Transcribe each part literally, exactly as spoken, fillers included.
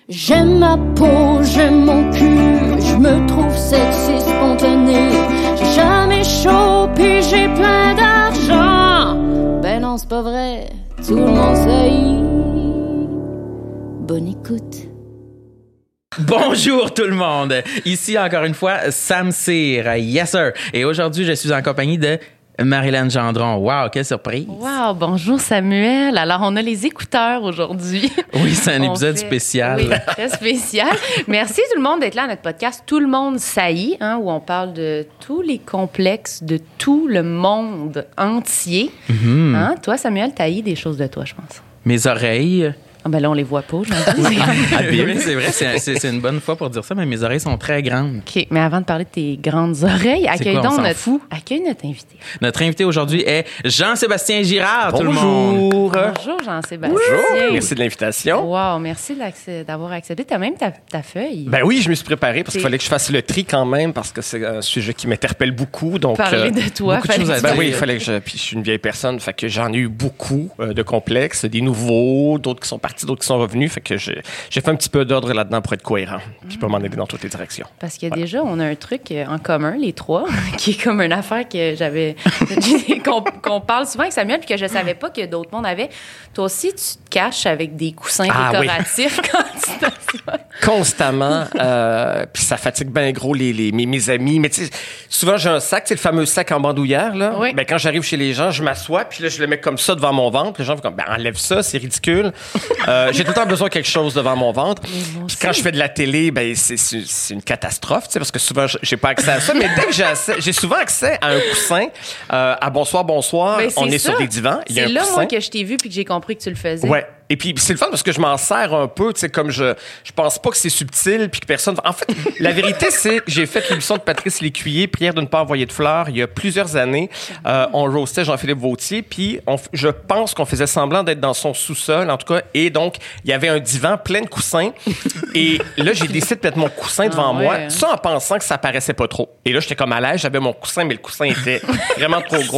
J'aime ma peau, j'aime mon cul, je me trouve sexy spontané. J'ai jamais chaud, puis j'ai plein d'argent. Ben non, c'est pas vrai, tout le monde sait. Bonne écoute. Bonjour tout le monde, ici encore une fois Sam Cyr, yes sir, et aujourd'hui je suis en compagnie de Marilyn Gendron. Wow, quelle surprise! Wow, bonjour Samuel. Alors, on a les écouteurs aujourd'hui. Oui, c'est un épisode fait... spécial. Oui, très spécial. Merci tout le monde d'être là à notre podcast Tout le monde saillit, hein, où on parle de tous les complexes de tout le monde entier. Mm-hmm. Hein? Toi, Samuel, t'haïs des choses de toi, je pense. Mes oreilles... Ah ben là, on les voit pas, j'en dis. Oui, c'est vrai, c'est, c'est, c'est une bonne fois pour dire ça, mais mes oreilles sont très grandes. OK, mais avant de parler de tes grandes oreilles, accueille donc notre... Fout? Accueille notre invité. Notre invité aujourd'hui est Jean-Sébastien Girard, Bonjour. Tout le monde. Bonjour, Jean-Sébastien. Bonjour, merci de l'invitation. Wow, merci d'avoir accepté. T'as même ta, ta feuille. Ben oui, je me suis préparé parce qu'il fallait que je fasse le tri quand même parce que c'est un sujet qui m'interpelle beaucoup. Donc, Parler euh, de toi. Beaucoup de choses à ben dire. oui, il fallait que je... Puis je suis une vieille personne, fait que j'en ai eu beaucoup euh, de complexes, des nouveaux, d'autres qui sont partis, d'autres qui sont revenus. Fait que j'ai, j'ai fait un petit peu d'ordre là-dedans pour être cohérent. Puis pour m'en aider dans toutes les directions. Parce que ouais. déjà, on a un truc en commun, les trois, qui est comme une affaire que j'avais... qu'on, qu'on parle souvent avec Samuel, puis que je savais pas que d'autres mondes avaient. Toi aussi, tu te caches avec des coussins ah, décoratifs oui. quand tu t'assois. Constamment. Euh, puis ça fatigue bien gros les, les, mes, mes amis. Mais tu sais, souvent, j'ai un sac, c'est le fameux sac en bandoulière. Là. Oui. Ben, quand j'arrive chez les gens, je m'assois, puis là, je le mets comme ça devant mon ventre. Les gens font comme, ben, enlève ça, c'est ridicule. euh, j'ai tout le temps besoin de quelque chose devant mon ventre. Puis quand je fais de la télé, ben c'est, c'est, c'est une catastrophe, tu sais, parce que souvent, j'ai pas accès à ça. Mais dès que j'ai accès, j'ai souvent accès à un coussin, euh, à bonsoir, bonsoir, Ben, on est ça. sur des divans. Il y a c'est un là, coussin. moi, que je t'ai vu puis que j'ai compris que tu le faisais. Ouais. Et puis, c'est le fun parce que je m'en sers un peu, tu sais, comme je, je pense pas que c'est subtil puis que personne... En fait, la vérité, c'est que j'ai fait l'émission de Patrice Lécuyer, Prière de ne pas envoyer de fleurs, il y a plusieurs années. Euh, on roastait Jean-Philippe Vautier, puis on, je pense qu'on faisait semblant d'être dans son sous-sol, en tout cas, et donc, il y avait un divan plein de coussins. Et là, j'ai décidé de mettre mon coussin devant ah, moi, ouais. ça en pensant que ça paraissait pas trop. Et là, j'étais comme à l'aise, j'avais mon coussin, mais le coussin était vraiment trop gros.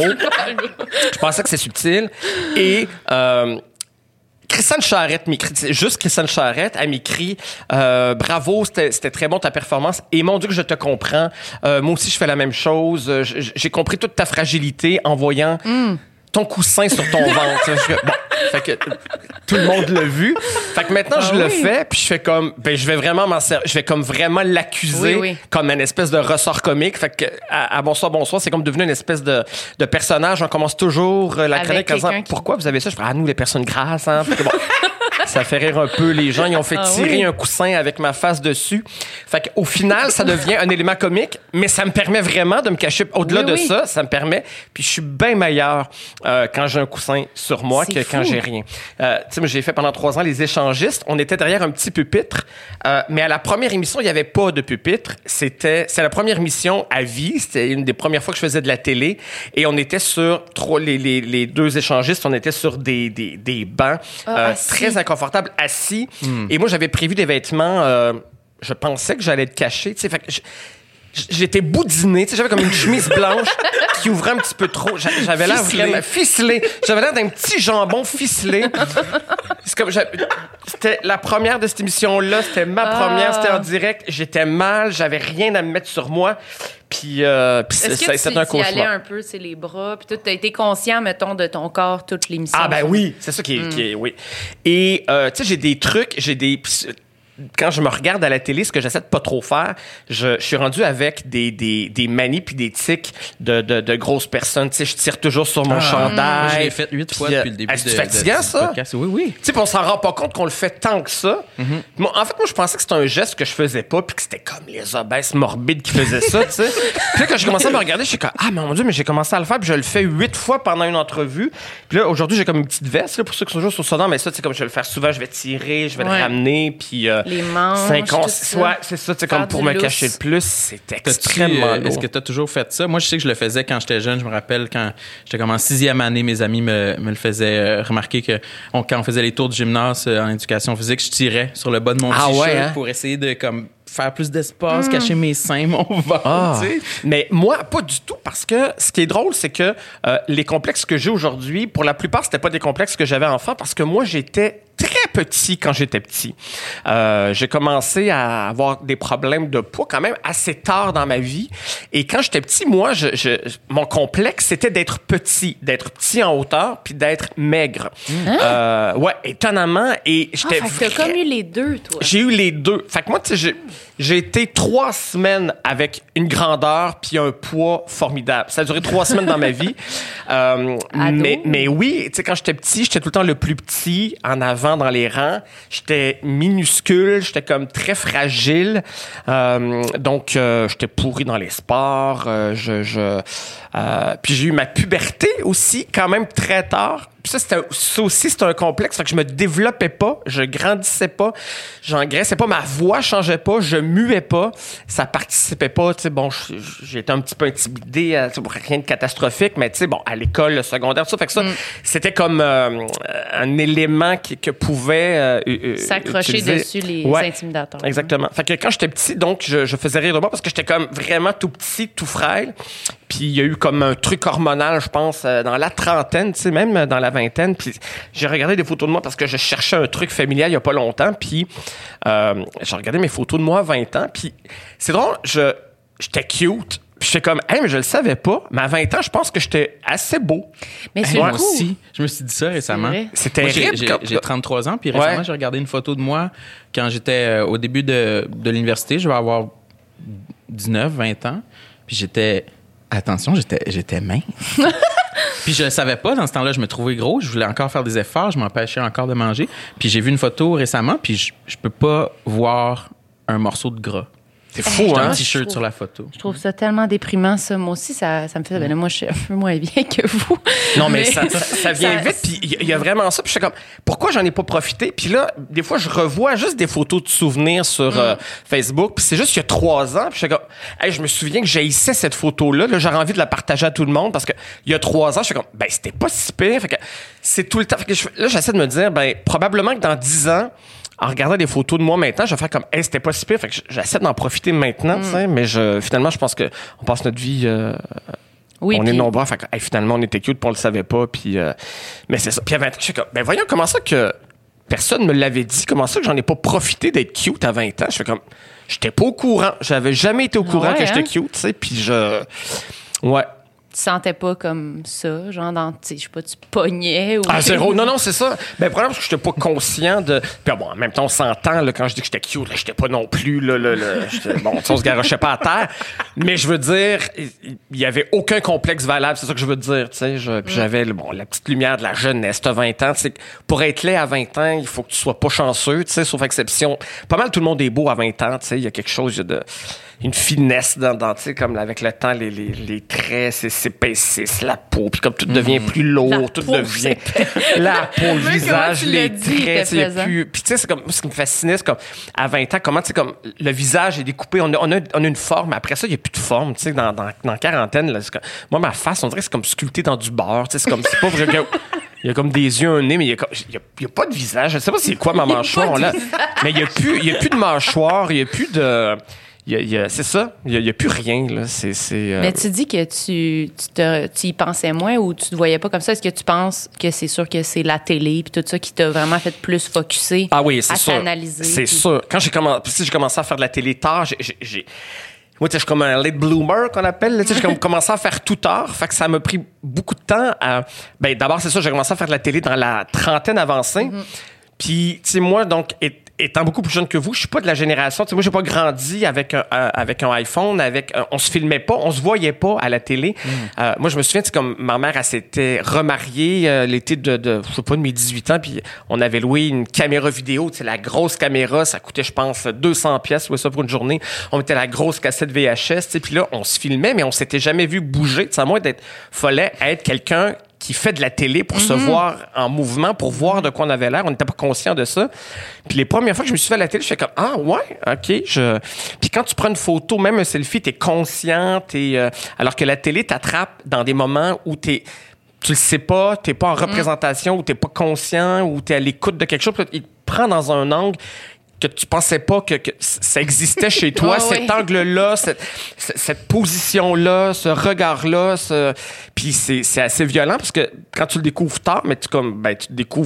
Je pensais que c'est subtil. Et... Euh, Christiane Charette m'écrit, juste Christiane Charette, elle m'écrit euh, bravo, c'était, c'était très bon ta performance et mon Dieu que je te comprends. Euh, moi aussi je fais la même chose. J'ai compris toute ta fragilité en voyant mm. ton coussin sur ton ventre. Je, bon, fait que tout le monde l'a vu. Fait que maintenant, ah je oui. le fais, puis je fais comme, ben, je vais vraiment m'en servir, je vais comme vraiment l'accuser oui, oui. comme une espèce de ressort comique. Fait que, à, à Bonsoir, Bonsoir, c'est comme devenu une espèce de, de personnage. On commence toujours la Avec chronique en disant, qui... pourquoi vous avez ça? Je fais, ah, nous, les personnes grasses, hein. Fait que bon, ça fait rire un peu les gens. Ils ont fait ah, tirer oui. un coussin avec ma face dessus. Fait qu'au final, ça devient un élément comique, mais ça me permet vraiment de me cacher. Au-delà oui, de oui. ça, ça me permet. Puis je suis bien meilleur euh, quand j'ai un coussin sur moi c'est que fou. Quand j'ai rien. Euh, tu sais, moi, j'ai fait pendant trois ans les échangistes. On était derrière un petit pupitre, euh, mais à la première émission, il n'y avait pas de pupitre. C'était, c'est la première émission à vie. C'était une des premières fois que je faisais de la télé. Et on était sur trois, les, les, les deux échangistes, on était sur des, des, des bancs oh, euh, très inconfortables, assis. Mm. Et moi, j'avais prévu des vêtements. Euh, je pensais que j'allais être caché. Tu sais, fait que je, j'étais boudiné, tu sais, j'avais comme une chemise blanche qui ouvrait un petit peu trop. J'avais l'air ficelé. vraiment ficelé. J'avais l'air d'un petit jambon ficelé. C'est comme, c'était la première de cette émission-là, c'était ma ah. première, c'était en direct. J'étais mal, j'avais rien à me mettre sur moi. Puis, euh, puis Est-ce c'est, que c'est tu un cauchemar. allais un peu, c'est les bras, puis tu as été conscient, mettons, de ton corps toute l'émission. Ah ben oui, c'est ça qui est, mm. qui est oui. Et euh, tu sais, j'ai des trucs, j'ai des quand je me regarde à la télé, ce que j'essaie de pas trop faire, je, je suis rendu avec des, des, des manies puis des tics de, de, de grosses personnes. Tu sais, je tire toujours sur mon ah, chandail. Je l'ai fait huit fois depuis le début est-ce de, de, fatigant, de, ça? podcast. Oui, oui. Tu sais, on s'en rend pas compte qu'on le fait tant que ça. Mm-hmm. Bon, en fait, moi, je pensais que c'était un geste que je faisais pas puis que c'était comme les obèses morbides qui faisaient ça, tu sais. Puis là, quand j'ai commencé à me regarder, je suis comme, ah, mon Dieu, mais j'ai commencé à le faire puis je le fais huit fois pendant une entrevue. Puis là, aujourd'hui, j'ai comme une petite veste, là, pour ceux qui sont toujours sur Sonore, mais ça, tu sais, comme je vais le faire souvent, je vais tirer, je vais ouais. le ramener puis... Euh, les manches. Ouais, c'est ça, c'est comme pour me lousse. Cacher le plus, c'est extrêmement euh, lourd. Est-ce que tu as toujours fait ça? Moi, je sais que je le faisais quand j'étais jeune. Je me rappelle quand j'étais comme en sixième année, mes amis me, me le faisaient euh, remarquer que on, quand on faisait les tours du gymnase euh, en éducation physique, je tirais sur le bas de mon ah, t-shirt ouais, hein? pour essayer de comme faire plus d'espace, mmh. cacher mes seins, mon ventre. Ah. Tu sais. Mais moi, pas du tout, parce que ce qui est drôle, c'est que euh, les complexes que j'ai aujourd'hui, pour la plupart, c'était pas des complexes que j'avais enfant, parce que moi, j'étais très petit quand j'étais petit. Euh, j'ai commencé à avoir des problèmes de poids quand même assez tard dans ma vie. Et quand j'étais petit, moi, je, je, mon complexe, c'était d'être petit, d'être petit en hauteur, puis d'être maigre. Hein? Euh, ouais, étonnamment. Et j'étais. Ah, fait que t'as comme eu les deux, toi. J'ai eu les deux. Fait que moi, tu sais, j'ai, j'ai été trois semaines avec une grandeur puis un poids formidable. Ça a duré trois semaines dans ma vie. Euh, mais, mais oui, tu sais, quand j'étais petit, j'étais tout le temps le plus petit en avant dans les rangs. J'étais minuscule, j'étais comme très fragile. Euh, donc, euh, j'étais pourri dans les sports. Euh, je, je, euh, puis j'ai eu ma puberté aussi, quand même très tard. Puis ça, c'était, ça aussi, c'était un complexe. Fait que je me développais pas, je grandissais pas, j'engraissais pas, ma voix changeait pas, je muais pas, ça participait pas. Tu sais, bon, j'étais un petit peu intimidé, euh, rien de catastrophique, mais tu sais, bon, à l'école, le secondaire, tout ça. Fait que ça, mm. c'était comme euh, un élément qui, que pouvait euh, euh, s'accrocher utiliser. dessus les ouais, intimidateurs. Exactement. Fait que quand j'étais petit, donc, je, je faisais rire de moi parce que j'étais comme vraiment tout petit, tout frêle. Puis il y a eu comme un truc hormonal, je pense, dans la trentaine, tu sais, même dans la vingtaine. Puis j'ai regardé des photos de moi parce que je cherchais un truc familial il y a pas longtemps. Puis euh, j'ai regardé mes photos de moi à vingt ans. Puis c'est drôle, je, j'étais cute. Puis j'étais comme, hey, mais je le savais pas. Mais à vingt ans, je pense que j'étais assez beau. Mais c'est moi cool. aussi. Je me suis dit ça récemment. C'est terrible. Moi, j'ai, j'ai, j'ai trente-trois ans. Puis récemment, ouais. j'ai regardé une photo de moi quand j'étais euh, au début de, de l'université. Je vais avoir dix-neuf, vingt ans. Puis j'étais... Attention, j'étais, j'étais mince. Puis je le savais pas. Dans ce temps-là, je me trouvais gros. Je voulais encore faire des efforts. Je m'empêchais encore de manger. Puis j'ai vu une photo récemment. Puis je, je peux pas voir un morceau de gras. C'est fou, hey, hein? Un t-shirt trouve, sur la photo. Je trouve ça tellement déprimant, ça. Moi aussi, ça, ça me fait... Ben là, moi, je suis un peu moins bien que vous. Non, mais, mais ça, ça, ça vient ça, vite. Puis il y, y a vraiment ça. Puis je suis comme, pourquoi j'en ai pas profité? Puis là, des fois, je revois juste des photos de souvenirs sur mm. euh, Facebook. Puis c'est juste il y a trois ans. Puis je suis comme, hey, je me souviens que j'haïssais cette photo-là. Là, j'aurais envie de la partager à tout le monde parce que il y a trois ans, je suis comme, ben, c'était pas si pire. Fait que c'est tout le temps. Fait que je, là, j'essaie de me dire, ben, probablement que dans dix ans, en regardant des photos de moi maintenant, je vais faire comme, hey, c'était pas si pire. Fait que j'essaie d'en profiter maintenant, mm. tu sais. Mais je, finalement, je pense que on passe notre vie, euh, oui, on pis... est nombreux. Fait que, hey, finalement, on était cute, puis on le savait pas. Puis, euh, mais c'est ça. Puis à vingt ans, je suis comme, ben voyons, comment ça que personne me l'avait dit? Comment ça que j'en ai pas profité d'être cute à vingt ans? Je fais comme, j'étais pas au courant. J'avais jamais été au courant ouais, que j'étais hein? cute, tu sais. Puis je, ouais. Tu sentais pas comme ça, genre dans, tu sais, je sais pas, tu pognais ou... Ah, zéro. Non, non, c'est ça. Ben, problème, c'est que j'étais pas conscient de... Puis bon, en même temps, on s'entend, là, quand je dis que j'étais cute, là, j'étais pas non plus, là, là, là bon, on se garochait pas à terre. Mais je veux dire, il y avait aucun complexe valable, c'est ça que je veux dire, tu sais. Je, puis j'avais, bon, la petite lumière de la jeunesse, t'as vingt ans, tu sais. Pour être laid à vingt ans, il faut que tu sois pas chanceux, tu sais, sauf exception. Pas mal tout le monde est beau à vingt ans, tu sais. Il y a quelque chose de... une finesse dans, dans tu sais, comme avec le temps, les, les, les traits, c'est, s'épaississent, la peau, puis comme tout devient plus lourd, la tout devient... La peau, le visage, les dit, traits, il y a plus... Puis tu sais, c'est comme, ce qui me fascinait, c'est comme, à vingt ans, comment, tu sais, comme, le visage est découpé, on a, on a, on a une forme, après ça, il n'y a plus de forme, tu sais, dans, dans, dans la quarantaine, là, c'est comme, moi, ma face, on dirait que c'est comme sculpté dans du beurre, tu sais, c'est comme, c'est pas vrai que... Il y a comme des yeux, un nez, mais il y a, il y a, il y a pas de visage. Je sais pas c'est quoi ma mâchoire, là. Mais il y a plus, il y a plus de mâchoire, il y a plus de... Il y a, il y a, c'est ça, il n'y a, a plus rien. Là. C'est, c'est, euh... Mais tu dis que tu, tu, te, tu y pensais moins ou tu te voyais pas comme ça. Est-ce que tu penses que c'est sûr que c'est la télé puis tout ça qui t'a vraiment fait plus focusser ah oui, c'est à sûr. t'analyser? C'est puis... sûr. Quand j'ai commencé, j'ai commencé à faire de la télé tard, j'ai... j'ai, j'ai... Moi, tu sais, je suis comme un late bloomer qu'on appelle. Tu sais, j'ai commencé à faire tout tard. Fait que ça m'a pris beaucoup de temps à... Ben, d'abord, c'est ça, j'ai commencé à faire de la télé dans la trentaine avancée. Mm-hmm. Puis, tu sais, moi, donc... Et, étant beaucoup plus jeune que vous, je suis pas de la génération. Tu sais, moi, j'ai pas grandi avec un, euh, avec un iPhone, avec, euh, on se filmait pas, on se voyait pas à la télé. Mm. Euh, moi, je me souviens, tu sais, comme ma mère, elle s'était remariée euh, l'été de, de, je sais pas, de mes dix-huit ans, puis on avait loué une caméra vidéo, tu sais, la grosse caméra, ça coûtait, je pense, deux cents pièces, ouais, ça pour une journée. On mettait la grosse cassette V H S, tu sais, puis là, on se filmait, mais on s'était jamais vu bouger. Tu sais, à moins d'être, fallait être quelqu'un qui fait de la télé pour mm-hmm. se voir en mouvement, pour voir de quoi on avait l'air. On n'était pas conscient de ça. Puis les premières fois que je me suis fait à la télé, je fais comme « Ah, ouais, OK. Je... » Puis quand tu prends une photo, même un selfie, t'es conscient, t'es... Euh... alors que la télé t'attrape dans des moments où t'es... tu le sais pas, t'es pas en représentation, mm. ou t'es pas conscient, ou t'es à l'écoute de quelque chose, puis il te prend dans un angle que tu pensais pas que, que ça existait chez toi, oh, cet oui. angle-là, cette, cette position-là, ce regard-là, ce... puis c'est, c'est assez violent parce que quand tu le découvres tard, mais tu comme ben tu découvres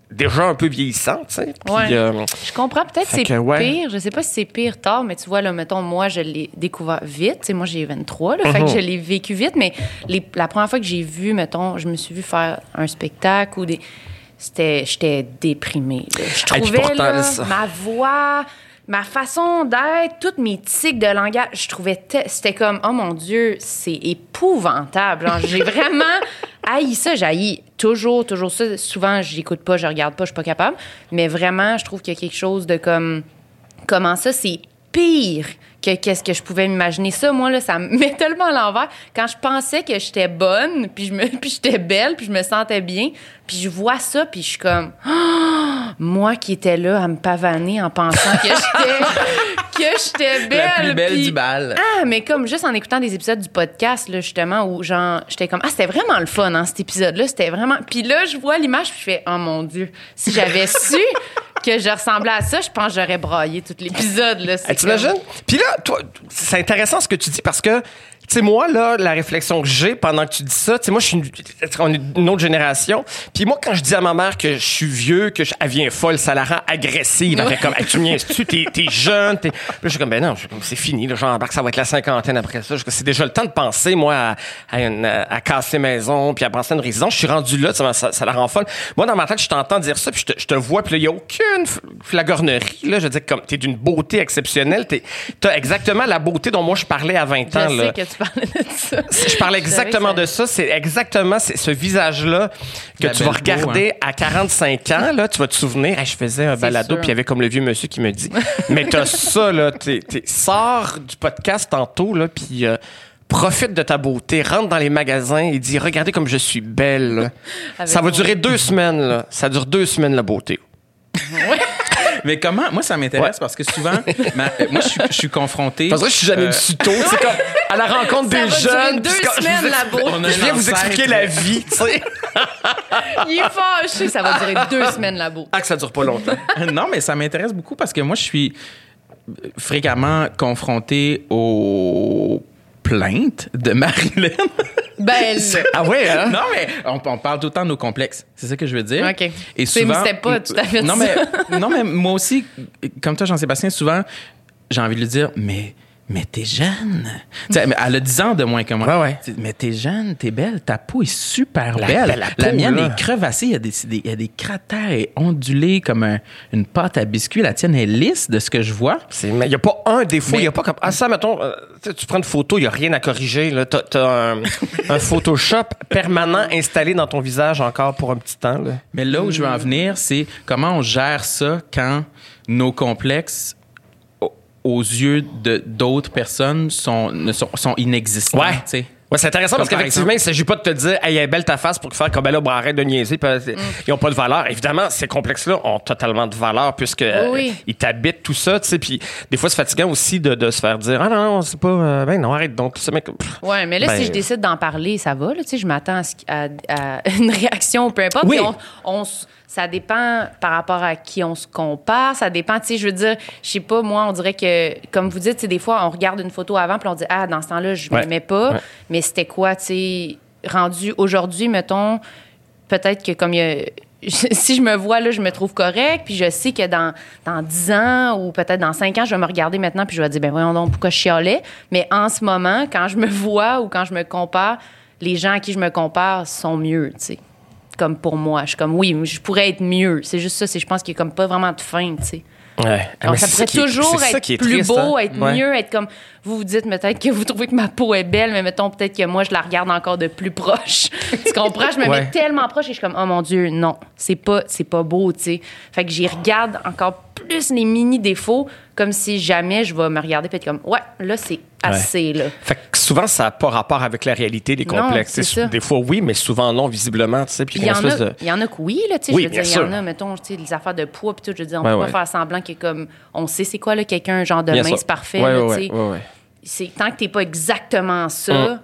déjà un peu vieillissante, tu sais. Puis, Ouais. euh, Je comprends. Peut-être que c'est que, ouais. pire. Je sais pas si c'est pire tard, mais tu vois, là, mettons, moi, je l'ai découvert vite. Tu sais, moi, j'ai vingt-trois, là, fait que Mhm. je l'ai vécu vite. Mais les- la première fois que j'ai vu, mettons, je me suis vu faire un spectacle ou des... C'était... J'étais déprimée, là. Je Hey, puis trouvais, pourtant, là, ça- ma voix... Ma façon d'être, toutes mes tics de langage, je trouvais... te- C'était comme, oh mon Dieu, c'est épouvantable. Genre, j'ai vraiment haï ça. J'haïs toujours, toujours ça. Souvent, j'écoute pas, je regarde pas, je suis pas capable. Mais vraiment, je trouve qu'il y a quelque chose de comme... Comment ça, c'est pire que qu'est-ce que je pouvais m'imaginer. Ça, moi, là, ça me met tellement à l'envers. Quand je pensais que j'étais bonne, puis je me, puis j'étais belle, puis je me sentais bien, puis je vois ça, puis je suis comme... Ah! Moi qui étais là à me pavaner en pensant que j'étais... que j'étais belle. La plus belle puis- du bal. Ah, mais comme juste en écoutant des épisodes du podcast, là, justement, où genre, j'étais comme, ah, c'était vraiment le fun, hein, cet épisode-là. C'était vraiment. Puis là, je vois l'image, puis je fais, oh mon Dieu, si j'avais su que je ressemblais à ça, je pense que j'aurais braillé tout l'épisode, là. C'est Hey, t'imagines? comme- Puis là, toi, c'est intéressant ce que tu dis parce que, tu sais, moi, là, la réflexion que j'ai pendant que tu dis ça, tu sais, moi, je suis une, on est une autre génération. Puis moi, quand je dis à ma mère que je suis vieux, que je, elle vient folle, ça la rend agressive. Elle fait comme, hey, tu me tu t'es, t'es jeune, t'es. Puis là, je suis comme, ben non, je suis comme, c'est fini, là, genre, que ça va être la cinquantaine après ça. Je- C'est déjà le temps de penser, moi, à, à, une- à casser maison, puis à penser à une résidence. Je suis rendu là, ça, ça, ça la rend folle. Moi, dans ma tête, je t'entends dire ça, puis je te, je te vois, puis là, il y a aucune f- flagornerie, là. Je veux dire, comme, t'es d'une beauté exceptionnelle. T'es, t'as exactement la beauté dont moi, je parlais à vingt ans, Je là. sais que tu parlais de ça. Je parlais exactement de ça. C'est exactement c'est ce visage-là que La tu vas belle regarder à quarante-cinq ans. Là, tu vas te souvenir. Hey, je faisais un balado, sûr. puis il y avait comme le vieux monsieur qui me dit mais t'as ça, là. T'es, t'es, sors du podcast tantôt, là, puis euh, profite de ta beauté. Rentre dans les magasins et dis regardez comme je suis belle. là. Avec Ça va mon- durer deux semaines. Là. Ça dure deux semaines, la beauté. Mais comment? Moi, ça m'intéresse Ouais. parce que souvent, ma- euh, moi, je suis- je suis confronté. Parce que je suis jamais euh, du Suto. C'est comme à la rencontre Ça des va durer jeunes. deux puis c'est comme- semaines, je vous la expli- beauté. On a Je viens un vous ancêtre. expliquer la vie, tu sais. Il est fâché, ça va durer deux semaines, la beau. Ah, que ça dure pas longtemps. Non, mais ça m'intéresse beaucoup parce que moi, je suis fréquemment confronté aux plaintes de Marilyn. Belle. Ah ouais, hein? Non, mais on, on parle tout le temps de nos complexes. C'est ça que je veux dire. OK. Et C'est- souvent, c'était pas tout à fait non, ça. Mais, non, mais moi aussi, comme toi, Jean-Sébastien, souvent, j'ai envie de lui dire, mais... Mais t'es jeune. Tu sais, mais elle a dix ans de moins que moi. Ouais, ouais. Tu sais, mais t'es jeune, t'es belle, ta peau est super La- belle. la- La, la peau, mienne là. est crevassée, il y a des, des- il y a des cratères et ondulés comme un- une pâte à biscuit. La tienne est lisse de ce que je vois. Il n'y a pas un défaut, il Mais- n'y a pas comme. Ah, ça, mettons, euh, tu sais, tu prends une photo, il n'y a rien à corriger. Tu as un, un Photoshop permanent installé dans ton visage encore pour un petit temps. Là. Mais là où je veux en venir, c'est comment on gère ça quand nos complexes, au- aux yeux de d'autres personnes, sont, ne sont, sont inexistants. Ouais. tu sais. Ouais, c'est intéressant Comme parce qu'effectivement, par il ne s'agit pas de te dire, hey, elle est belle ta face pour faire comme ben là, bon, arrête de niaiser. Parce que Ils n'ont pas de valeur. Évidemment, ces complexes-là ont totalement de valeur puisque euh, Oui. ils t'habitent tout ça. Tu sais, puis des fois, c'est fatigant aussi de, de se faire dire, ah non, non, c'est pas. euh, ben non, arrête donc. Ce mec, pff. Ouais, mais là, Ben, si je décide d'en parler, ça va. Là, tu sais, je m'attends à, ce qu- à- à une réaction ou peu importe. Oui. Puis on- on s- ça dépend par rapport à qui on se compare. Ça dépend, tu sais, je veux dire, je sais pas, moi, on dirait que, comme vous dites, tu sais, des fois, on regarde une photo avant puis on dit, ah, dans ce temps-là, je Ouais. m'aimais pas. Ouais. Mais c'était quoi, tu sais, rendu aujourd'hui, mettons, peut-être que comme il y a. Si je me vois, là, je me trouve correct, puis je sais que dans, dans dix ans ou peut-être dans cinq ans, je vais me regarder maintenant, puis je vais dire, ben voyons donc, pourquoi je chialais. Mais en ce moment, quand je me vois ou quand je me compare, les gens à qui je me compare sont mieux, tu sais. Comme pour moi. Je suis comme, oui, je pourrais être mieux. C'est juste ça, c'est, je pense qu'il n'y a comme pas vraiment de fin, tu sais. Ouais. Ah, Donc, mais ça c'est pourrait qui est- toujours c'est ça être qui est plus triste, beau, hein? être Ouais. mieux, être comme... Vous vous dites peut-être que vous trouvez que ma peau est belle, mais mettons peut-être que moi, je la regarde encore de plus proche. Tu comprends? Je me Ouais. mets tellement proche et je suis comme, oh mon Dieu, non, c'est pas, c'est pas beau, tu sais. Fait que j'y regarde encore plus les mini-défauts, comme si jamais je vais me regarder et être comme, ouais, là, c'est assez, là. Fait que souvent, ça n'a pas rapport avec la réalité des Non, complexes. c'est Tu sais, ça. Des fois, oui, mais souvent non, visiblement. Tu sais, puis Puis il y, une en espèce a, de- il y en a que oui, là, tu sais, Oui, je veux bien dire, il y en sûr. a, mettons, tu sais, les affaires de poids, puis tout, je veux dire, on Ouais, peut ouais. pas faire semblant que comme, on sait c'est quoi, là, quelqu'un, genre de Bien mince sûr. parfait, Ouais, là, ouais, tu sais. ouais, ouais. C'est tant que t'es pas exactement ça, Hum.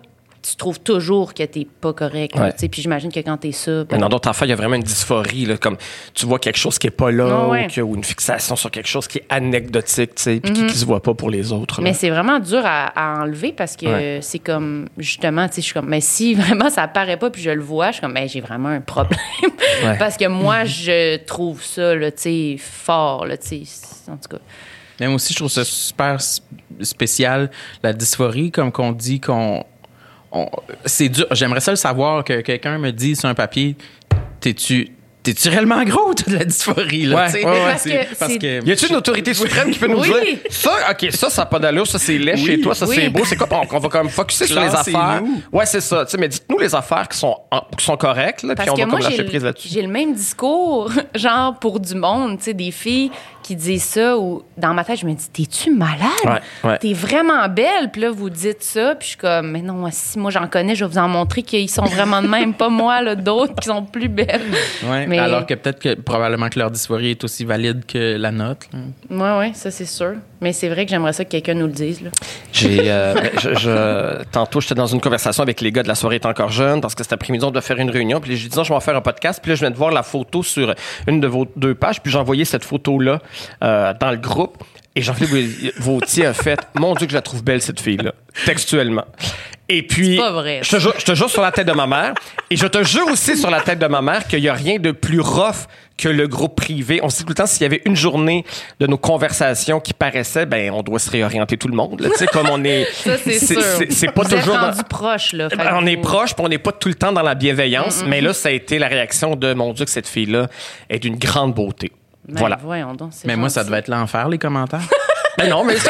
tu trouves toujours que t'es pas correct. Ouais. Puis j'imagine que quand t'es ça... Ben... Mais dans d'autres affaires, il y a vraiment une dysphorie, là, comme tu vois quelque chose qui est pas là, oh, ouais. ou, que, ou une fixation sur quelque chose qui est anecdotique, tu sais, puis mm-hmm. qui, qui se voit pas pour les autres. Là. Mais c'est vraiment dur à, à enlever parce que ouais. c'est comme, justement, tu sais, je suis comme, mais si vraiment ça apparaît pas puis je le vois, je suis comme, ben j'ai vraiment un problème. Ouais. Parce que moi, je trouve ça, là, tu sais, fort, là, tu sais, en tout cas. Mais moi aussi, je trouve ça super spécial, la dysphorie, comme qu'on dit qu'on... On, c'est dur. J'aimerais ça le savoir que quelqu'un me dise sur un papier, t'es-tu... T'es-tu réellement gros, t'as de la dysphorie, là? Ouais, ouais, ouais. Parce que parce que... Y a-t-il une autorité suprême qui peut nous oui. dire ça, OK, ça, ça n'a pas d'allure, ça, c'est laid oui. chez toi, ça, oui. c'est beau, c'est quoi? On, on va quand même focusser sur les affaires. Nous. Ouais, c'est ça. T'sais, mais dites-nous les affaires qui sont, en, qui sont correctes, là, puis on va moi, comme lâcher prise là-dessus. J'ai le même discours, genre, pour du monde, tu sais, des filles qui disent ça, ou dans ma tête, je me dis, t'es-tu malade? Ouais, ouais. T'es vraiment belle, puis là, vous dites ça, puis je suis comme, mais non, si moi j'en connais, je vais vous en montrer qu'ils sont vraiment de même, pas moi, là, d'autres qui sont plus belles. Ouais, mais... Alors que peut-être que probablement que leur dysphorie est aussi valide que la nôtre. Oui, oui, ça, c'est sûr. Mais c'est vrai que j'aimerais ça que quelqu'un nous le dise, là. J'ai, euh, je, je, tantôt, j'étais dans une conversation avec les gars de La soirée est encore jeune, parce que cet après-midi, on doit faire une réunion, puis j'ai dit, non, je vais en faire un podcast, puis là, je viens de voir la photo sur une de vos deux pages, puis j'ai envoyé cette photo-là euh, dans le groupe, et Jean-Philippe Vautier a fait, mon Dieu que je la trouve belle, cette fille-là, textuellement. Et puis, c'est pas vrai, je te, jure, je te jure sur la tête de ma mère, et je te jure aussi sur la tête de ma mère qu'il y a rien de plus rough que le groupe privé. On se dit tout le temps, s'il y avait une journée de nos conversations qui paraissait, ben, on doit se réorienter tout le monde, là. Tu sais, comme on est. Ça, c'est, c'est sûr. C'est, c'est pas vous toujours. Êtes rendu dans... proche, là. Ben, on vous... est proche, puis on n'est pas tout le temps dans la bienveillance. Mm-hmm. Mais là, ça a été la réaction de, mon Dieu, que cette fille-là est d'une grande beauté. Ben, voilà. Voyons donc, c'est mais gentil. moi, ça devait être l'enfer, les commentaires. Ben non, mais ça.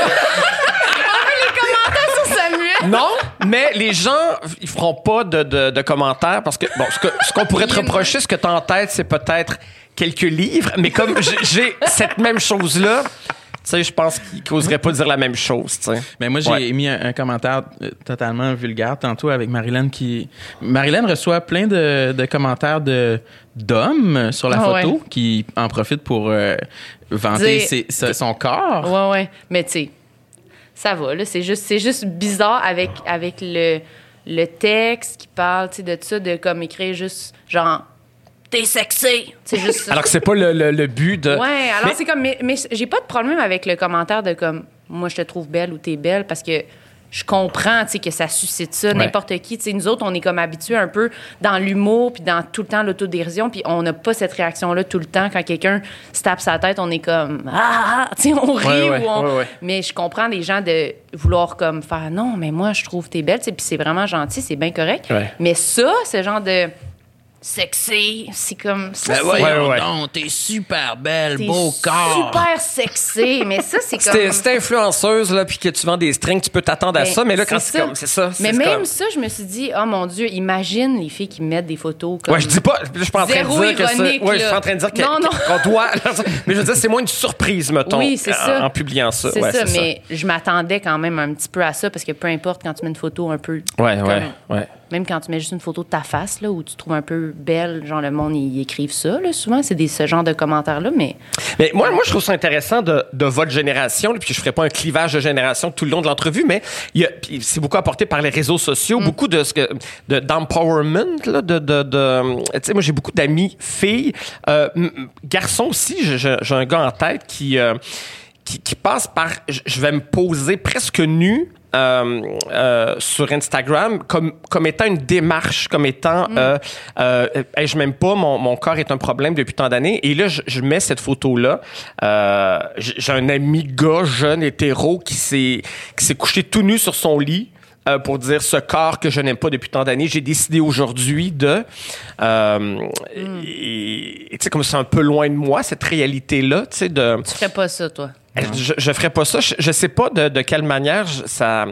Non, mais les gens, ils feront pas de, de, de commentaires parce que, bon, ce, que, ce qu'on pourrait te reprocher, ce que t'as en tête, c'est peut-être quelques livres, mais comme j'ai, j'ai cette même chose-là, tu sais, je pense qu'ils n'oseraient pas dire la même chose, tu sais. Mais moi, j'ai ouais. mis un, un commentaire totalement vulgaire tantôt avec Marilyn qui... Marilyn reçoit plein de, de commentaires de, d'hommes sur la oh, photo ouais. qui en profitent pour euh, vanter Dis... ses, ses, son corps. Ouais, ouais. Mais tu sais, ça va, là. C'est juste, c'est juste bizarre avec, avec le, le texte qui parle, tu sais, de ça, de comme écrire juste genre... T'es sexy. C'est juste ça. Alors que c'est pas le, le, le but de... Ouais, alors mais... c'est comme... Mais, mais j'ai pas de problème avec le commentaire de comme... Moi, je te trouve belle ou t'es belle parce que je comprends, tu sais, que ça suscite ça. Ouais. N'importe qui. Tu sais, nous autres, on est comme habitués un peu dans l'humour puis dans tout le temps l'autodérision puis on n'a pas cette réaction-là tout le temps. Quand quelqu'un se tape sa tête, on est comme... Ah! Tu sais, on rit ouais, ouais, ou on... Ouais, ouais. Mais je comprends les gens de vouloir comme faire... Non, mais moi, je trouve t'es belle. Tu sais, puis c'est vraiment gentil, c'est bien correct. Ouais. Mais ça, ce genre de... sexy, c'est comme ça. Ben c'est... ouais, ouais, ouais. Non, t'es super belle, T'es beau corps. super sexy, mais ça c'est comme. C'était, c'était influenceuse là, puis que tu vends des strings, tu peux t'attendre ben, à ça, mais là quand c'est c'est ça. comme, c'est ça. Mais c'est même comme... ça, je me suis dit, oh mon Dieu, imagine les filles qui mettent des photos comme. Ouais, je dis pas, je suis pas en train de dire que ça. Ouais, je suis en train de dire que, non, non. qu'on doit. Mais je veux dire, c'est moins une surprise, mettons. Oui, c'est ça. En, en publiant ça. C'est ouais, ça, c'est mais ça. Je m'attendais quand même un petit peu à ça parce que peu importe quand tu mets une photo un peu. Ouais, comme, ouais, ouais. Même quand tu mets juste une photo de ta face, là, où tu trouves un peu belle, genre le monde, ils écrivent ça, là, souvent, c'est des, ce genre de commentaires-là, mais... Mais moi, moi, je trouve ça intéressant de, de votre génération, puis je ferai pas un clivage de génération tout le long de l'entrevue, mais il y a, c'est beaucoup apporté par les réseaux sociaux, mm. beaucoup de ce que, de, d'empowerment, là, de, de, de tu sais, moi, j'ai beaucoup d'amis filles, euh, garçons aussi, j'ai, j'ai un gars en tête qui, euh, qui, qui passe par, je vais me poser presque nu, Euh, euh, sur Instagram comme, comme étant une démarche, comme étant mm. euh, euh, hey, je m'aime pas, mon, mon corps est un problème depuis tant d'années. Et là, je, je mets cette photo-là. Euh, j'ai un ami gars, jeune, hétéro, qui s'est, qui s'est couché tout nu sur son lit. Euh, pour dire ce corps que je n'aime pas depuis tant d'années, j'ai décidé aujourd'hui de... Euh, mm. Et tu sais, comme c'est un peu loin de moi, cette réalité-là, tu sais, de... Tu ferais pas ça, toi? Je, je ferais pas ça. Je, je sais pas de, de quelle manière je, ça...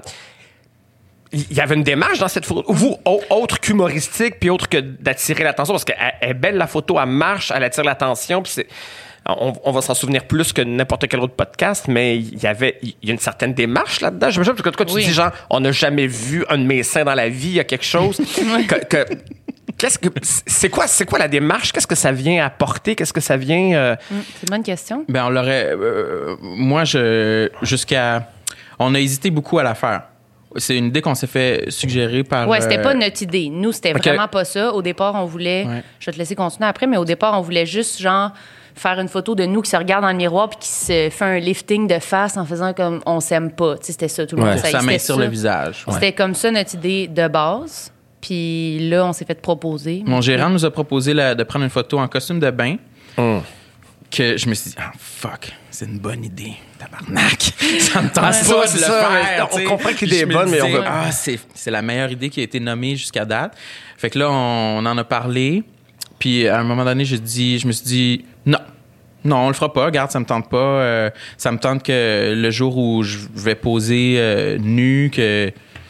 Il y avait une démarche dans cette photo. Vous, autre qu'humoristique, puis autre que d'attirer l'attention, parce qu'elle est belle, la photo, elle marche, elle attire l'attention, puis c'est... On, on va s'en souvenir plus que n'importe quel autre podcast, mais il y avait, il y a une certaine démarche là-dedans. Je me souviens, parce que toi, tu oui. dis genre, on n'a jamais vu un de mes seins dans la vie, il y a quelque chose. que, que, qu'est-ce que, c'est quoi, c'est quoi la démarche? Qu'est-ce que ça vient apporter? Qu'est-ce que ça vient... Euh... C'est une bonne question. Ben, on l'aurait, euh, moi, je, jusqu'à, on a hésité beaucoup à la faire. c'est une idée qu'on s'est fait suggérer par... Ouais, c'était euh... pas notre idée. Nous, c'était okay. vraiment pas ça. Au départ, on voulait... Ouais. Je vais te laisser continuer après, mais au départ, on voulait juste, genre, faire une photo de nous qui se regarde dans le miroir puis qui se fait un lifting de face en faisant comme on s'aime pas. Tu sais, c'était ça, tout le ouais. monde. Ça main sur le visage. Ouais. C'était comme ça notre idée de base. Puis là, on s'est fait proposer. Mon gérant nous a proposé la, de prendre une photo en costume de bain. Mm. Que je me suis dit, ah, oh, fuck, c'est une bonne idée. Tabarnak. Ça me tente ah, pas ça, de le ça, faire. On comprend que l'idée est bonne, mais on veut. Ah, c'est, c'est la meilleure idée qui a été nommée jusqu'à date. Fait que là, on, on en a parlé. Puis à un moment donné, je, dis, je me suis dit, non. Non, on le fera pas. Regarde, ça me tente pas. Euh, ça me tente que le jour où je vais poser euh, nu, que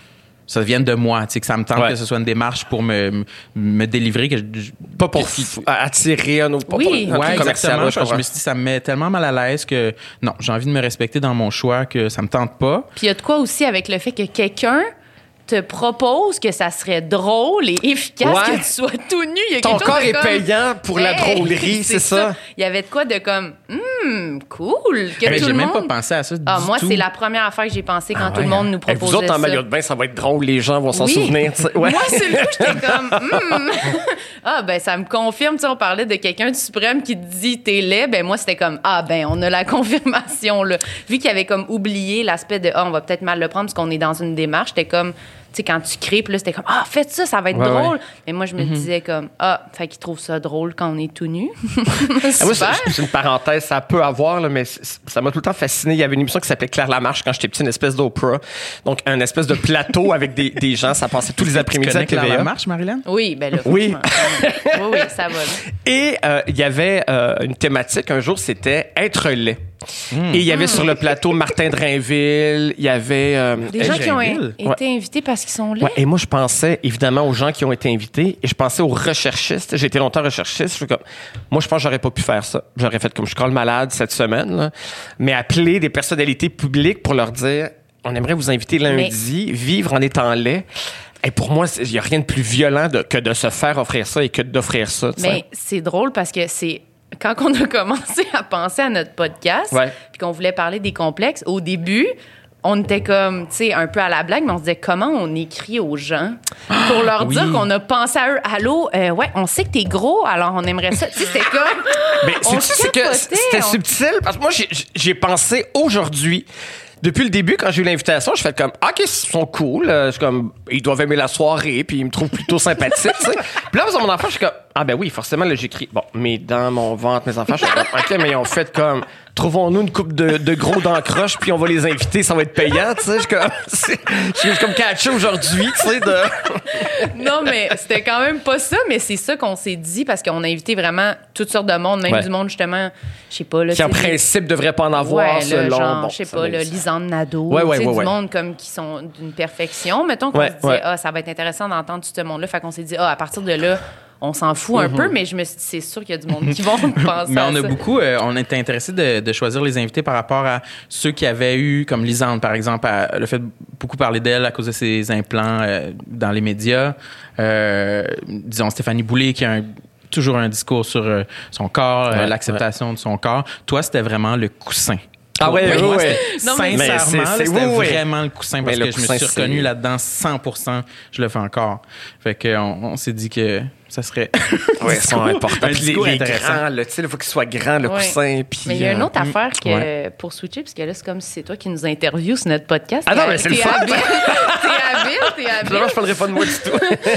ça vienne de moi, tu sais, que ça me tente ouais. que ce soit une démarche pour me, me délivrer. Que je, pas pour f- attirer un autre... Oui, pour, ouais, exactement. Je, je me suis dit, ça me met tellement mal à l'aise que non, j'ai envie de me respecter dans mon choix, que ça me tente pas. Puis il y a de quoi aussi avec le fait que quelqu'un te propose que ça serait drôle et efficace ouais. que tu sois tout nu. Il y a Ton corps est comme, payant pour hey, la drôlerie, c'est, c'est ça. ça. Il y avait de quoi de comme, hum, cool. Que mais tout j'ai le même monde... pas pensé à ça. Ah, du moi, tout. c'est la première affaire que j'ai pensé quand ah, tout ouais. le monde nous proposait. Et vous autres, en ça. maillot de bain, ça va être drôle. Les gens vont s'en oui. souvenir. Ouais. Moi, c'est le coup, j'étais comme, hum. Ah, ben, ça me confirme. Tu sais, on parlait de quelqu'un de suprême qui te dit t'es laid. Ben, moi, c'était comme, ah, ben, on a la confirmation, là. Vu qu'il avait comme oublié l'aspect de, ah, on va peut-être mal le prendre parce qu'on est dans une démarche, j'étais comme, tu sais, quand tu crées, puis là, c'était comme, ah, faites ça, ça va être ouais, drôle. Ouais. Mais moi, je me mm-hmm. disais comme, ah, fait qu'ils trouvent ça drôle quand on est tout nu. Ah, moi, c'est, c'est une parenthèse, ça peut avoir, là, mais ça m'a tout le temps fasciné. Il y avait une émission qui s'appelait Claire Lamarche quand j'étais petit, une espèce d'Oprah. Donc, un espèce de plateau avec des, des gens. Ça passait tous les après-midi à T V A. Claire Lamarche, Marilyn? Oui, ben là. Oui. oui, oui, ça va. Et euh, il y avait euh, une thématique, un jour, c'était être laid. Mmh. Et il y avait mmh. sur le plateau Martin Drainville, il y avait... Euh, des gens qui ont été ouais. invités parce qu'ils sont laids. Ouais. Et moi, je pensais évidemment aux gens qui ont été invités et je pensais aux recherchistes. J'ai été longtemps recherchiste. Je comme, moi, je pense que j'aurais pas pu faire ça. J'aurais fait comme je colle malade cette semaine. Là. Mais appeler des personnalités publiques pour leur dire, on aimerait vous inviter lundi, Mais... vivre en étant laid. Et pour moi, il n'y a rien de plus violent de, que de se faire offrir ça et que d'offrir ça. T'sais. Mais c'est drôle parce que c'est... Quand on a commencé à penser à notre podcast, ouais. puis qu'on voulait parler des complexes, au début, on était comme, tu sais, un peu à la blague, mais on se disait comment on écrit aux gens pour leur oui. dire qu'on a pensé à eux. Allô, euh, ouais, on sait que t'es gros, alors on aimerait ça. Tu sais, c'était comme. Mais on c'est, c'est que c'était on... subtil, parce que moi, j'ai, j'ai pensé aujourd'hui. Depuis le début, quand j'ai eu l'invitation, je fais comme, ah, OK, ils sont cool. Je suis comme, ils doivent aimer la soirée, puis ils me trouvent plutôt sympathique, tu sais. Puis là, mon enfant, je suis comme, ah, ben oui, forcément, là, j'écris, bon, mes dents, mon ventre, mes enfants, je suis comme, OK, mais ils ont fait comme, trouvons-nous une couple de, de gros d'encroche, puis on va les inviter, ça va être payant, tu sais. Je suis comme, c'est, je suis comme catché aujourd'hui, tu sais, de. Non, mais c'était quand même pas ça, mais c'est ça qu'on s'est dit, parce qu'on a invité vraiment toutes sortes de monde, même ouais. du monde, justement, je sais pas, là. Qui, en principe, devrait pas en avoir, ouais, selon. Genre, bon, je sais pas, là, Lisande Nadeau, ouais, ouais, tu sais, ouais, du ouais. monde comme qui sont d'une perfection. Mettons qu'on ouais, se disait, ouais. ah, ça va être intéressant d'entendre tout ce monde-là. Fait qu'on s'est dit, ah, à partir de là, on s'en fout un mm-hmm. peu, mais je me suis dit, c'est sûr qu'il y a du monde qui vont penser mais à on a ça. beaucoup, euh, on était intéressés de, de choisir les invités par rapport à ceux qui avaient eu, comme Lisande, par exemple, elle a fait beaucoup parler d'elle à cause de ses implants euh, dans les médias. Euh, disons, Stéphanie Boulay, qui a un toujours un discours sur euh, son corps, ouais, euh, l'acceptation ouais. de son corps. Toi, c'était vraiment le coussin. Ah ouais, oui, oui. Sincèrement, c'est, c'est, c'était oui, oui. vraiment le coussin parce mais que je me suis reconnu c'est... là-dedans cent pour cent. Je le fais encore. Fait qu'on on s'est dit que ça serait ouais, c'est important. Un discours les, intéressant. Les grands, là, tu sais, il faut qu'il soit grand, le ouais. coussin. Puis, mais il y a une autre euh, affaire que, ouais. pour switcher, parce que là, c'est comme si c'est toi qui nous interviews sur notre podcast. Ah non, mais c'est le fun! T'es habile, t'es habile. Finalement, je parlerai pas de moi du tout.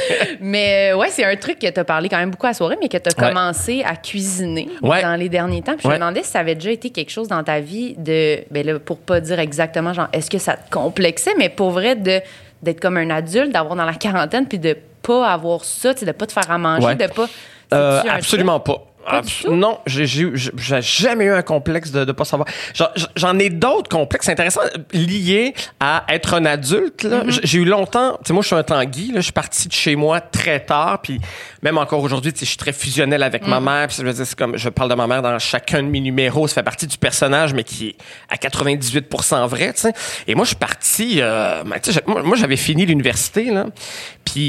Mais ouais, c'est un truc que t'as parlé quand même beaucoup à la soirée, mais que t'as ouais. commencé à cuisiner ouais. dans les derniers temps. Puis je ouais. me demandais si ça avait déjà été quelque chose dans ta vie de, ben là, pour pas dire exactement, genre, est-ce que ça te complexait, mais pour vrai, de, d'être comme un adulte, d'avoir dans la quarantaine, puis de pas avoir ça, tu sais, de pas te faire à manger, ouais. de pas... Euh, absolument pas. Pas Abs- non, j'ai, j'ai, j'ai jamais eu un complexe de ne pas savoir. J'en, j'en ai d'autres complexes intéressants liés à être un adulte. Là. Mm-hmm. J'ai eu longtemps... Tu sais, moi, je suis un Tanguy. Là, je suis parti de chez moi très tard. Puis même encore aujourd'hui, tu sais, je suis très fusionnel avec mm. ma mère. Puis je veux dire, c'est comme... Je parle de ma mère dans chacun de mes numéros. Ça fait partie du personnage, mais qui est à quatre-vingt-dix-huit pour cent vrai, tu sais. Et moi, je suis parti... Euh, ben, tu sais, moi, moi, j'avais fini l'université, là. Puis...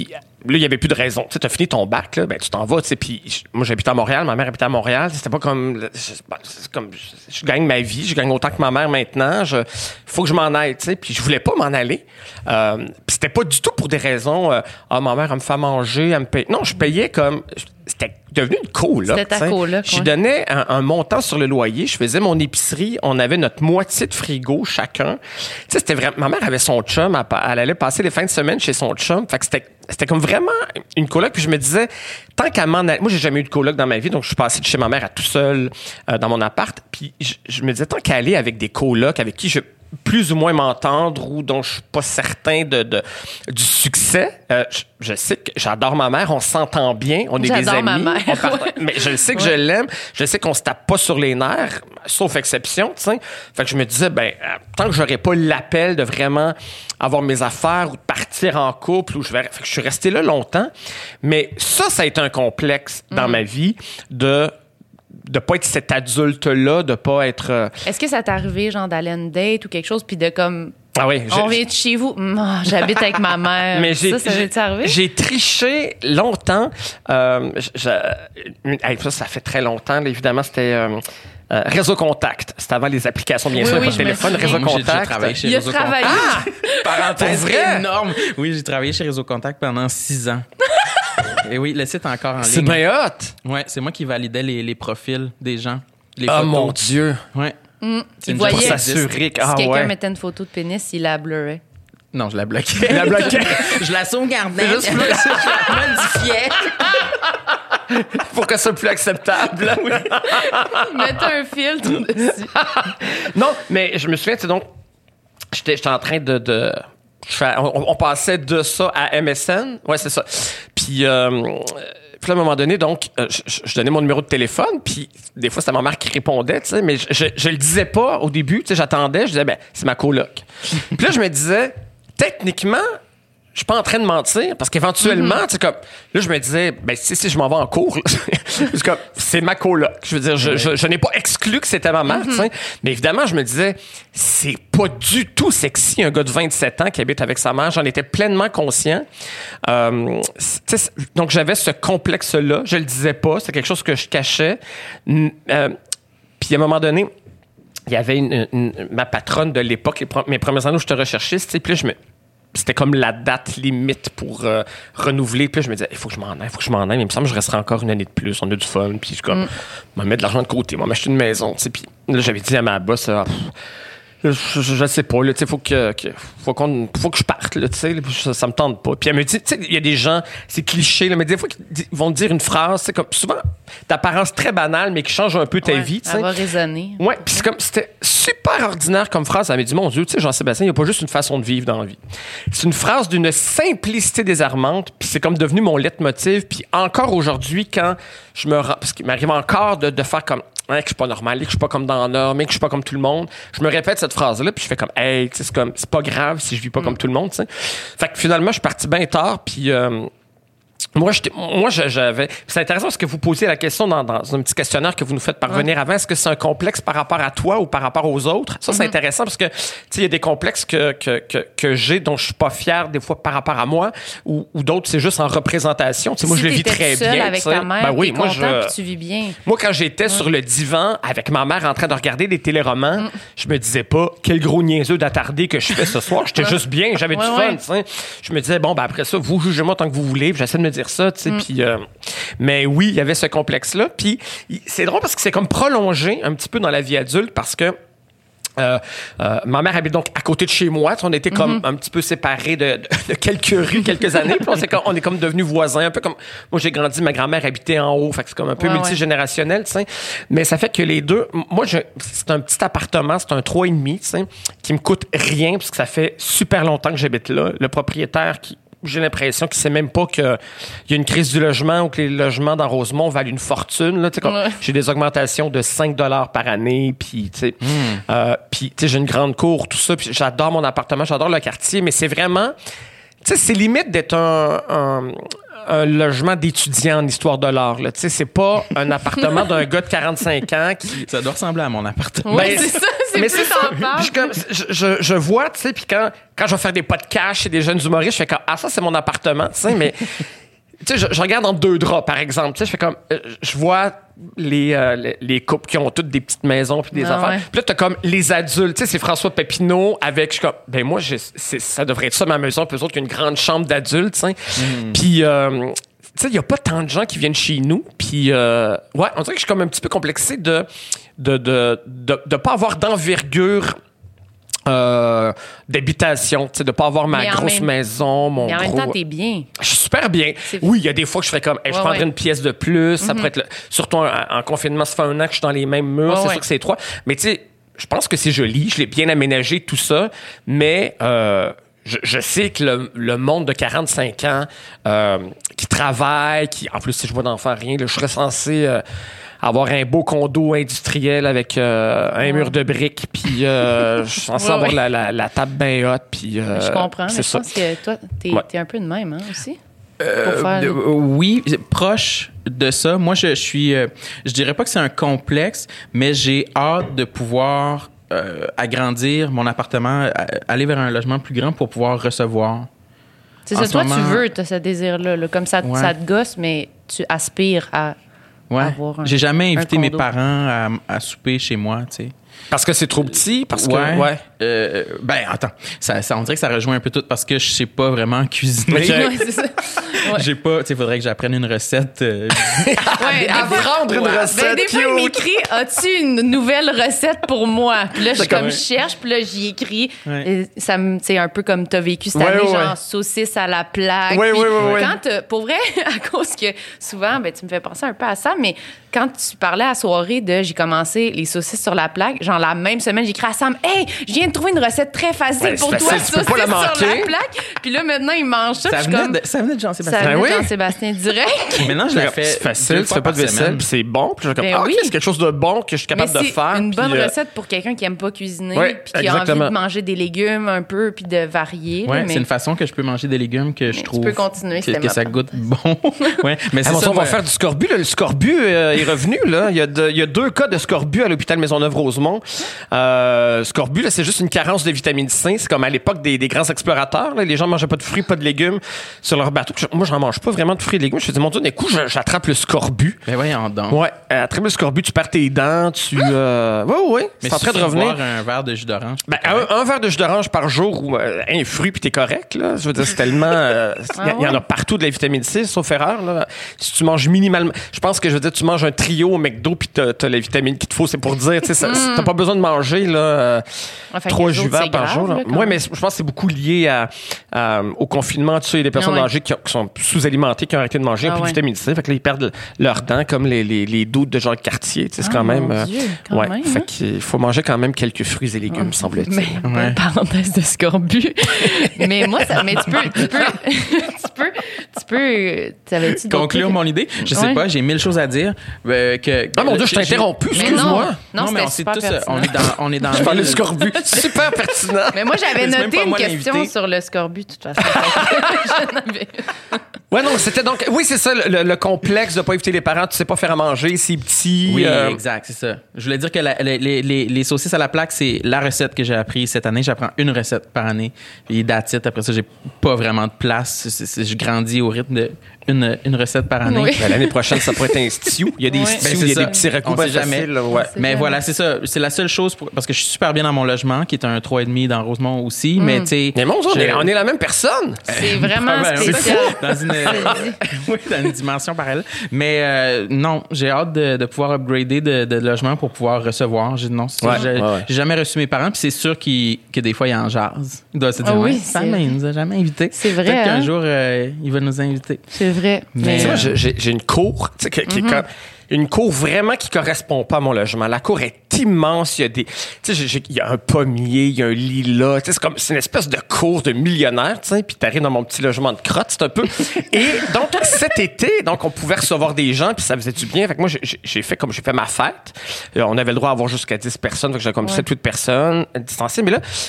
là, il n'y avait plus de raison. Tu sais, t'as fini ton bac, là, ben, tu t'en vas, tu sais. Puis moi, j'habitais à Montréal, ma mère habitait à Montréal. C'était pas comme, je, comme, je, je gagne ma vie, je gagne autant que ma mère maintenant. Il faut que je m'en aille, tu sais. Puis je voulais pas m'en aller. Euh, puis c'était pas du tout pour des raisons, euh, ah, ma mère, elle me fait manger, elle me paye. Non, je payais comme, c'était devenu une coloc. C'était ta coloc. Je donnais un, un montant sur le loyer. Je faisais mon épicerie. On avait notre moitié de frigo chacun. Tu sais, c'était vraiment. Ma mère avait son chum. Elle, elle allait passer les fins de semaine chez son chum. Fait que c'était, c'était comme vraiment une coloc. Puis je me disais, tant qu'à m'en aller. Moi, j'ai jamais eu de coloc dans ma vie. Donc, je suis passé de chez ma mère à tout seul euh, dans mon appart. Puis je, je me disais, tant qu'à aller avec des colocs avec qui je plus ou moins m'entendre ou dont je suis pas certain de, de du succès. Euh, je, je sais que j'adore ma mère, on s'entend bien, on est j'adore des amis. Ma mère. On part... Mais je sais que ouais. je l'aime, je sais qu'on se tape pas sur les nerfs, sauf exception, tu sais. Fait que je me disais, ben, tant que j'aurais pas l'appel de vraiment avoir mes affaires ou de partir en couple, ou je vais... Fait que je suis resté là longtemps. Mais ça, ça a été un complexe dans mm. ma vie de de pas être cet adulte-là, de pas être... Euh... Est-ce que ça t'est arrivé, genre, d'aller à une date ou quelque chose, puis de comme... Ah oui. On vient de chez vous. Oh, j'habite avec ma mère. Mais j'ai, ça, ça t'est arrivé? J'ai triché longtemps. Euh, je, je, ça, ça fait très longtemps, là, évidemment, c'était... Euh, Euh, Réseau Contact. C'était avant les applications, bien oui, sûr, oui, pas de téléphone. Réseau Moi, Contact. J'ai travaillé chez Il Réseau a travaillé. Contact. Ah! Parenthèse vrai? énorme. Oui, j'ai travaillé chez Réseau Contact pendant six ans. Et oui, le site est encore en c'est ligne. C'est bien hot. Ouais, c'est moi qui validais les, les profils des gens. Les oh photos. Mon Dieu. Ouais. Mm. C'est il voyait, pour s'assurer que, si ah, quelqu'un ouais. mettait une photo de pénis, il la blurrait. Non, je la bloquais. Je la bloquais. Je la sauvegardais. Je la modifiais. Pour que ce soit plus acceptable. Oui. Mettre un filtre dessus. Non, mais je me souviens, tu sais, donc, j'étais, j'étais en train de... de on, on passait de ça à M S N. Ouais, c'est ça. Puis... Euh, Puis à un moment donné, donc, euh, je, je donnais mon numéro de téléphone, puis des fois, c'était ma mère qui répondait, tu sais, mais je, je, je le disais pas au début, tu sais, j'attendais, je disais, ben, c'est ma coloc. Puis là, je me disais, techniquement, je suis pas en train de mentir, parce qu'éventuellement, mm-hmm. tu sais, comme, là, je me disais, ben, si, si je m'en vais en cours, c'est comme, c'est ma coloc. Je veux dire, je, je, je n'ai pas exclu que c'était ma mère, mm-hmm. tu sais. Mais évidemment, je me disais, c'est pas du tout sexy, un gars de vingt-sept ans qui habite avec sa mère. J'en étais pleinement conscient. Euh, donc, j'avais ce complexe-là. Je le disais pas. C'est quelque chose que je cachais. Euh, puis, à un moment donné, il y avait une, une, ma patronne de l'époque, les pro- mes premières années où je te recherchiste, tu sais, puis là, je me... C'était comme la date limite pour euh, renouveler. Puis là, je me disais, il faut que je m'en aille, il faut que je m'en aille. Mais il me semble que je resterai encore une année de plus. On a du fun. Puis je suis comme, on va mettre de l'argent de côté, on va m'acheter une maison. T'sais. Puis là, j'avais dit à ma boss, ah, je, je, je sais pas, il faut que, que, faut, qu'on, faut que je parte, là, ça, ça me tente pas. Puis elle me dit, tu sais, il y a des gens, c'est cliché, là, mais des fois, ils vont te dire une phrase, c'est comme souvent d'apparence très banale, mais qui change un peu ta ouais, vie. Ça va résonner. Ouais, puis c'est comme, c'était super ordinaire comme phrase. Elle m'a dit, mon Dieu, tu sais, Jean-Sébastien, il n'y a pas juste une façon de vivre dans la vie. C'est une phrase d'une simplicité désarmante, puis c'est comme devenu mon leitmotiv. Puis encore aujourd'hui, quand je me rends, parce qu'il m'arrive encore de, de faire comme, hein, que je suis pas normal, que je suis pas comme dans la norme, que je suis pas comme tout le monde. Je me répète cette phrase-là, puis je fais comme, hey, tu sais, c'est comme, c'est pas grave si je vis pas mm. comme tout le monde, tu sais. Fait que finalement, je suis parti bien tard, puis euh, moi, j'étais, moi, j'avais. C'est intéressant parce que vous posiez la question dans, dans un petit questionnaire que vous nous faites parvenir ouais. avant. Est-ce que c'est un complexe par rapport à toi ou par rapport aux autres? Ça, mm-hmm. c'est intéressant parce que, tu sais, il y a des complexes que, que, que, que j'ai dont je suis pas fier des fois par rapport à moi ou, ou d'autres, c'est juste en représentation. Tu sais, moi, si je le vis très seul bien. Avec ta mère, ben oui, moi, content, je. Puis tu vis bien. Moi, quand j'étais ouais. sur le divan avec ma mère en train de regarder des téléromans, mm. je me disais pas quel gros niaiseux d'attardé que je fais ce soir. J'étais juste bien, j'avais ouais, du ouais. fun. Tu sais. Je me disais, bon, ben après ça, vous jugez-moi tant que vous voulez. Puis j'essaie de me dire ça, tu sais. Mm. Puis, euh, mais oui, il y avait ce complexe-là. Puis c'est drôle parce que c'est comme prolongé un petit peu dans la vie adulte parce que Euh, euh, ma mère habite donc à côté de chez moi. On était comme mm-hmm. un petit peu séparés de, de, de quelques rues, quelques années. Puis on, s'est, on est comme devenus voisins. Un peu comme moi, j'ai grandi, ma grand-mère habitait en haut. Fait que c'est comme un peu ouais, multigénérationnel, tu sais. Mais ça fait que les deux, moi, je, c'est un petit appartement, c'est un trois et demi, tu sais, qui me coûte rien parce que ça fait super longtemps que j'habite là. Le propriétaire qui j'ai l'impression qu'il sait même pas qu'il y a une crise du logement ou que les logements dans Rosemont valent une fortune. Là, comme, ouais. J'ai des augmentations de cinq dollars par année. Puis, tu sais, mm. euh, puis, tu sais, j'ai une grande cour, tout ça. Puis, j'adore mon appartement, j'adore le quartier. Mais c'est vraiment... Tu sais, c'est limite d'être un... un un logement d'étudiant en histoire de l'art. Tu sais, c'est pas un appartement d'un gars de quarante-cinq ans qui... Ça doit ressembler à mon appartement. Oui, Ben, c'est ça. C'est mais plus c'est ça. t'en parles. Je, comme, je, je, je vois, tu sais, puis quand, quand je vais faire des podcasts chez des jeunes humoristes, je fais comme, ah, ça, c'est mon appartement, tu sais, mais... Tu sais, je, je regarde en deux draps, par exemple. Tu sais, je fais comme... Euh, je vois les, euh, les, les couples qui ont toutes des petites maisons puis des Ah, enfants. ouais. Puis là, t'as comme les adultes. Tu sais, c'est François Pépineau avec... Je suis comme... Ben moi, je, c'est, ça devrait être ça, ma maison. Puis eux autres, qui ont une grande chambre d'adultes, tu sais. Mm. Puis... Euh, tu sais, il n'y a pas tant de gens qui viennent chez nous. Puis, euh, ouais, on dirait que je suis comme un petit peu complexé de de de de, de pas avoir d'envergure euh, d'habitation, tu sais, de pas avoir ma Mais en grosse même- maison, mon Mais en même gros... temps, t'es bien. Je suis super bien. C'est- Oui, il y a des fois que je fais comme, hey, je Ouais, prendrais ouais. une pièce de plus. Ça pourrait être, le- surtout en, en confinement, ça fait un an que je suis dans les mêmes murs. Ouais, c'est ouais. sûr que c'est étroit. Mais tu sais, je pense que c'est joli. Je l'ai bien aménagé, tout ça. Mais euh, je, je sais que le, le monde de quarante-cinq ans euh, qui travaille, qui, en plus, si je vois d'en faire rien, là, je serais censé euh, avoir un beau condo industriel avec euh, un mur de briques, puis euh, je suis censé Ouais, avoir ouais. la, la, la table bien haute, puis euh, Je comprends, mais c'est je ça. pense que toi, t'es Ouais. t'es un peu de même, hein, aussi. Euh, Pour faire- de- euh, oui, proche de ça. Moi, je, je suis... euh, je dirais pas que c'est un complexe, mais j'ai hâte de pouvoir euh, agrandir mon appartement, euh, aller vers un logement plus grand pour pouvoir recevoir. C'est En ça, ce toi, tu moment- veux, t'as ce désir-là. Là, comme ça, Ouais. ça te gosse, mais tu aspires à Ouais. avoir un J'ai jamais invité un mes condo. parents à, à souper chez moi, tu sais. Parce que c'est trop petit, parce que... Ouais. ouais. Euh, ben, attends. Ça, ça, on dirait que ça rejoint un peu tout parce que je sais pas vraiment cuisiner. Ok. Ouais, c'est ça. Ouais. J'ai pas... Tu sais, faudrait que j'apprenne une recette. euh, Ouais, à des fois- prendre une Ouais. recette Ben, des fois, il cute. m'écrit As-tu une nouvelle recette pour moi? Puis là, je C'est comme comme- je cherche, puis là, j'y écris. Ouais. Et ça me, tu sais, un peu comme t'as vécu cette Ouais, année, ouais, genre ouais. saucisse à la plaque. Ouais, Puis ouais, ouais, ouais. Quand, t'as- pour vrai, à cause que souvent, ben, tu me fais penser un peu à ça, mais quand tu parlais à la soirée de j'ai commencé les saucisses sur la plaque, genre la même semaine, j'ai écrit à Sam, hey, je viens de trouver une recette très facile Ouais, pour c'est toi, facile, tu peux pas la saucisses sur manquer. la plaque. Puis là, maintenant, il mange ça. ça, puis je suis venait comme, de, ça venait de Jean-Sébastien. ça Ben venait oui. de Jean-Sébastien direct. Maintenant, je la fais. C'est facile, deux tu fois fais pas de par vaisselle, semaine. puis c'est bon. Puis je suis comme, Ben ah, ok, oui. c'est quelque chose de bon que je suis capable Mais de c'est faire. une puis, bonne euh, recette pour quelqu'un qui aime pas cuisiner, Ouais, puis qui a envie exactement. de manger des légumes un peu, puis de varier. là, Ouais, mais c'est une façon que je peux manger des légumes que je tu trouve peux continuer, que, c'était que ça ma- goûte bon. Ouais, mais c'est Ah, bon, ça. ça, on va moi- faire du scorbut. là. Le scorbut euh, est revenu. Là. Il, y a de- il y a deux cas de scorbut à l'hôpital Maisonneuve-Rosemont. Euh, scorbut, là, c'est juste une carence de vitamine C. C'est comme à l'époque des, des grands explorateurs. Là. Les gens mangeaient pas de fruits, pas de légumes sur leur bateau. Je- moi, j'en mange pas vraiment de fruits et légumes. Je me dis, mon Dieu, d'un coup, je- j'attrape le scorbut. Ben voyons donc. Ouais, euh, attrape le scorbut, tu perds tes dents, tu... Euh... Ouais, ouais, Mais c'est en train de revenir. boire un verre de jus d'orange. Ben, un, un verre de jus d'orange par jour ou euh, un fruit puis t'es correct là. Je veux dire c'est tellement euh, il y, a- il y en a partout de la vitamine C sauf erreur là. Si tu manges minimalement, je pense que je veux dire tu manges un trio au McDo puis t'as, t'as la vitamine qu'il te faut, c'est pour dire tu sais ça- t'as pas besoin de manger là euh, Ouais, fait trois que les jus autres, verts c'est par grave, jour. Là. là, quand Ouais, même. mais je pense que c'est beaucoup lié à, à- au confinement. Tu sais, il y a des personnes Ah ouais. âgées qui, ont- qui sont sous-alimentées, qui ont arrêté de manger un Ah peu ouais. de vitamine C. Fait que là, ils perdent leurs dents comme les, les, les doutes de Jacques Cartier. Tu sais, c'est Ah, quand même. mon Dieu, quand ouais. même, Fait hein? qu'il faut manger quand même quelques fruits et légumes, semble-t-il. Mais, Ouais. belle parenthèse de scorbut. mais moi, ça, mais tu peux, tu peux, tu peux, tu peux, t'avais-tu d'autres Conclure trucs? mon idée, je sais Ouais. pas, j'ai mille choses à dire. euh, que, Ah mon Dieu, je t'ai j'ai- interrompu, Mais excuse-moi. non, non, mais c'était on sait super tous, euh, pertinent. on est dans, on est dans Je parlais mille- du scorbut. Super pertinent. Mais moi, j'avais C'est même noté pas une moi question l'invité. sur le scorbut, de toute façon. J'en avais- Ouais, non, c'était donc. Oui, c'est ça, le, le complexe de pas éviter les parents. Tu sais pas faire à manger, c'est petit. Oui, euh, exact, c'est ça. Je voulais dire que la- les, les, les, les saucisses à la plaque, c'est la recette que j'ai appris cette année. J'apprends une recette par année. Puis that's it. Après ça, j'ai pas vraiment de place. C'est- c'est- je grandis au rythme de une, une recette par année. Oui. Ben, l'année prochaine, ça pourrait être un stew. Il y a des Ouais. stews, Ben, il c'est y a ça. des petits On recoups sait jamais. faciles. là, Ouais. C'est Mais jamais. voilà, c'est ça. C'est la seule chose pour- parce que je suis super bien dans mon logement, qui est un trois virgule cinq dans Rosemont aussi. Mais tu sais. Mais mon Dieu, on je- est, on est la même personne. C'est vraiment Ah ben, spécial. dans une, oui, dans une dimension parallèle. Mais euh, non, j'ai hâte de, de pouvoir upgrader de, de logement pour pouvoir recevoir. J'ai, non, c'est ça, Ouais, j'ai, ouais, ouais. j'ai jamais reçu mes parents, puis c'est sûr qu'ils, que des fois, ils en jasent. Ils doivent se dire, Ah oui, ouais, ça, c'est- mais il nous a jamais invités. C'est vrai, Peut-être qu'un hein? jour, euh, il va nous inviter. C'est vrai. Mais- Mais, Tu sais, moi, Euh, j'ai- j'ai j'ai une cour, tu sais, qui- qui est comme- une cour vraiment qui correspond pas à mon logement. La cour est immense. Il y a des, tu sais, j'ai- j'ai- il y a un pommier, il y a un lilas. Tu sais, c'est comme, c'est une espèce de cour de millionnaire, tu sais. Puis t'arrives dans mon petit logement de crotte, c'est un peu. Et donc cet été, donc on pouvait recevoir des gens, puis ça faisait du bien. Fait que moi, j'ai- j'ai j'ai fait comme j'ai fait ma fête. Euh, on avait le droit d'avoir jusqu'à dix personnes, fait que j'avais comme Ouais. sept huit personnes distancées. Mais là, puis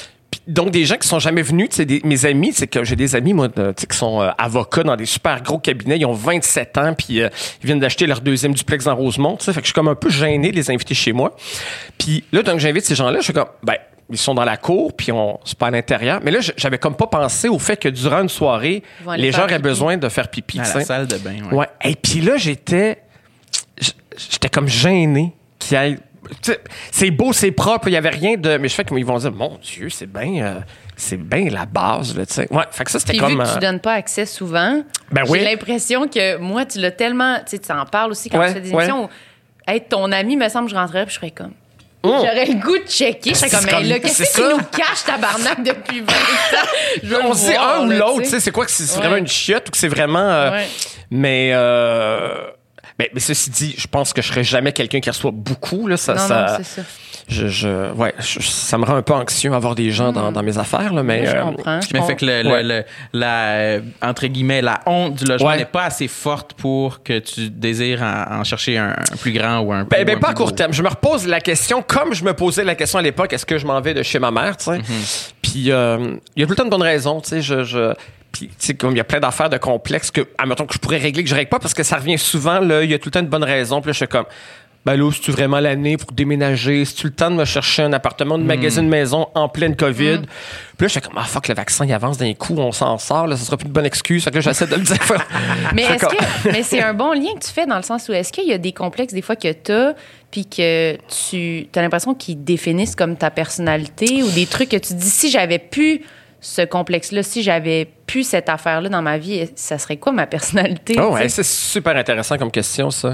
donc, des gens qui sont jamais venus, tu sais, des, mes amis, c'est que j'ai des amis, moi, de, qui sont euh, avocats dans des super gros cabinets, ils ont vingt-sept ans, puis euh, ils viennent d'acheter leur deuxième duplex dans Rosemont, tu sais, fait que je suis comme un peu gêné de les inviter chez moi. Puis là, donc, j'invite ces gens-là, je suis comme, ben, ils sont dans la cour, puis on c'est pas à l'intérieur. Mais là, j'avais comme pas pensé au fait que durant une soirée, les gens auraient besoin de faire pipi. À t'sais. la salle de bain, ouais. Ouais. Et puis là, j'étais... J'étais comme gêné qu'il y ait... T'sais, c'est beau, c'est propre, il y avait rien de... Mais je fais comme ils vont dire, mon Dieu, c'est bien... Euh, c'est bien la base, là, tu sais. Ouais, fait que ça, c'était Puis comme... vu que euh, tu donnes pas accès souvent, ben j'ai oui. l'impression que moi, tu l'as tellement... Tu sais, tu en parles aussi quand Ouais, tu fais des ouais. émissions où être ton ami, me semble, je rentrerais puis je serais comme... Oh. J'aurais le goût de checker. Je serais C'est comme, comme- mais là, qu'est-ce c'est que tu ça. nous caches, tabarnak, depuis vingt ans? Je veux on le se dit voir, un ou là, l'autre, tu tu sais, c'est quoi que c'est c'est Ouais. vraiment une chiotte ou que c'est vraiment... euh, Ouais. Mais... Euh, mais, mais ceci dit, je pense que je serais jamais quelqu'un qui reçoit beaucoup, là. Ça, Non, ça, non, c'est ça. je, je, ouais, je- ça me rend un peu anxieux avoir des gens dans, dans mes affaires, là, mais... Moi, je euh, comprends. je Mais fait comprends. que le, le- Ouais. le- la, euh, entre guillemets, la honte du logement Ouais. n'est pas assez forte pour que tu désires en, en chercher un, un plus grand ou un Ben, ou ben un pas à plus court beau. terme. Je me repose la question comme je me posais la question à l'époque, est-ce que je m'en vais de chez ma mère, tu sais? Puis euh, il y a tout le temps de bonnes raisons, tu sais, je... je puis, tu sais, comme il y a plein d'affaires de complexes que, admettons, que je pourrais régler, que je règle pas parce que ça revient souvent, là, il y a tout le temps de bonnes raisons. Puis là, je suis comme, ben là, c'est-tu vraiment l'année pour déménager? C'est-tu le temps de me chercher un appartement, de magasiner une maison en pleine COVID? Puis là, je suis comme, ah, fuck, le vaccin, il avance d'un coup, on s'en sort, là, ça sera plus une bonne excuse. Fait que là, j'essaie de le dire. Mais Je suis est-ce comme- que mais c'est un bon lien que tu fais dans le sens où est-ce qu'il y a des complexes des fois que tu as puis que tu as l'impression qu'ils définissent comme ta personnalité ou des trucs que tu dis si j'avais pu ce complexe-là, si j'avais pu cette affaire-là dans ma vie, ça serait quoi ma personnalité? Oh, tu sais? ouais, c'est super intéressant comme question, ça.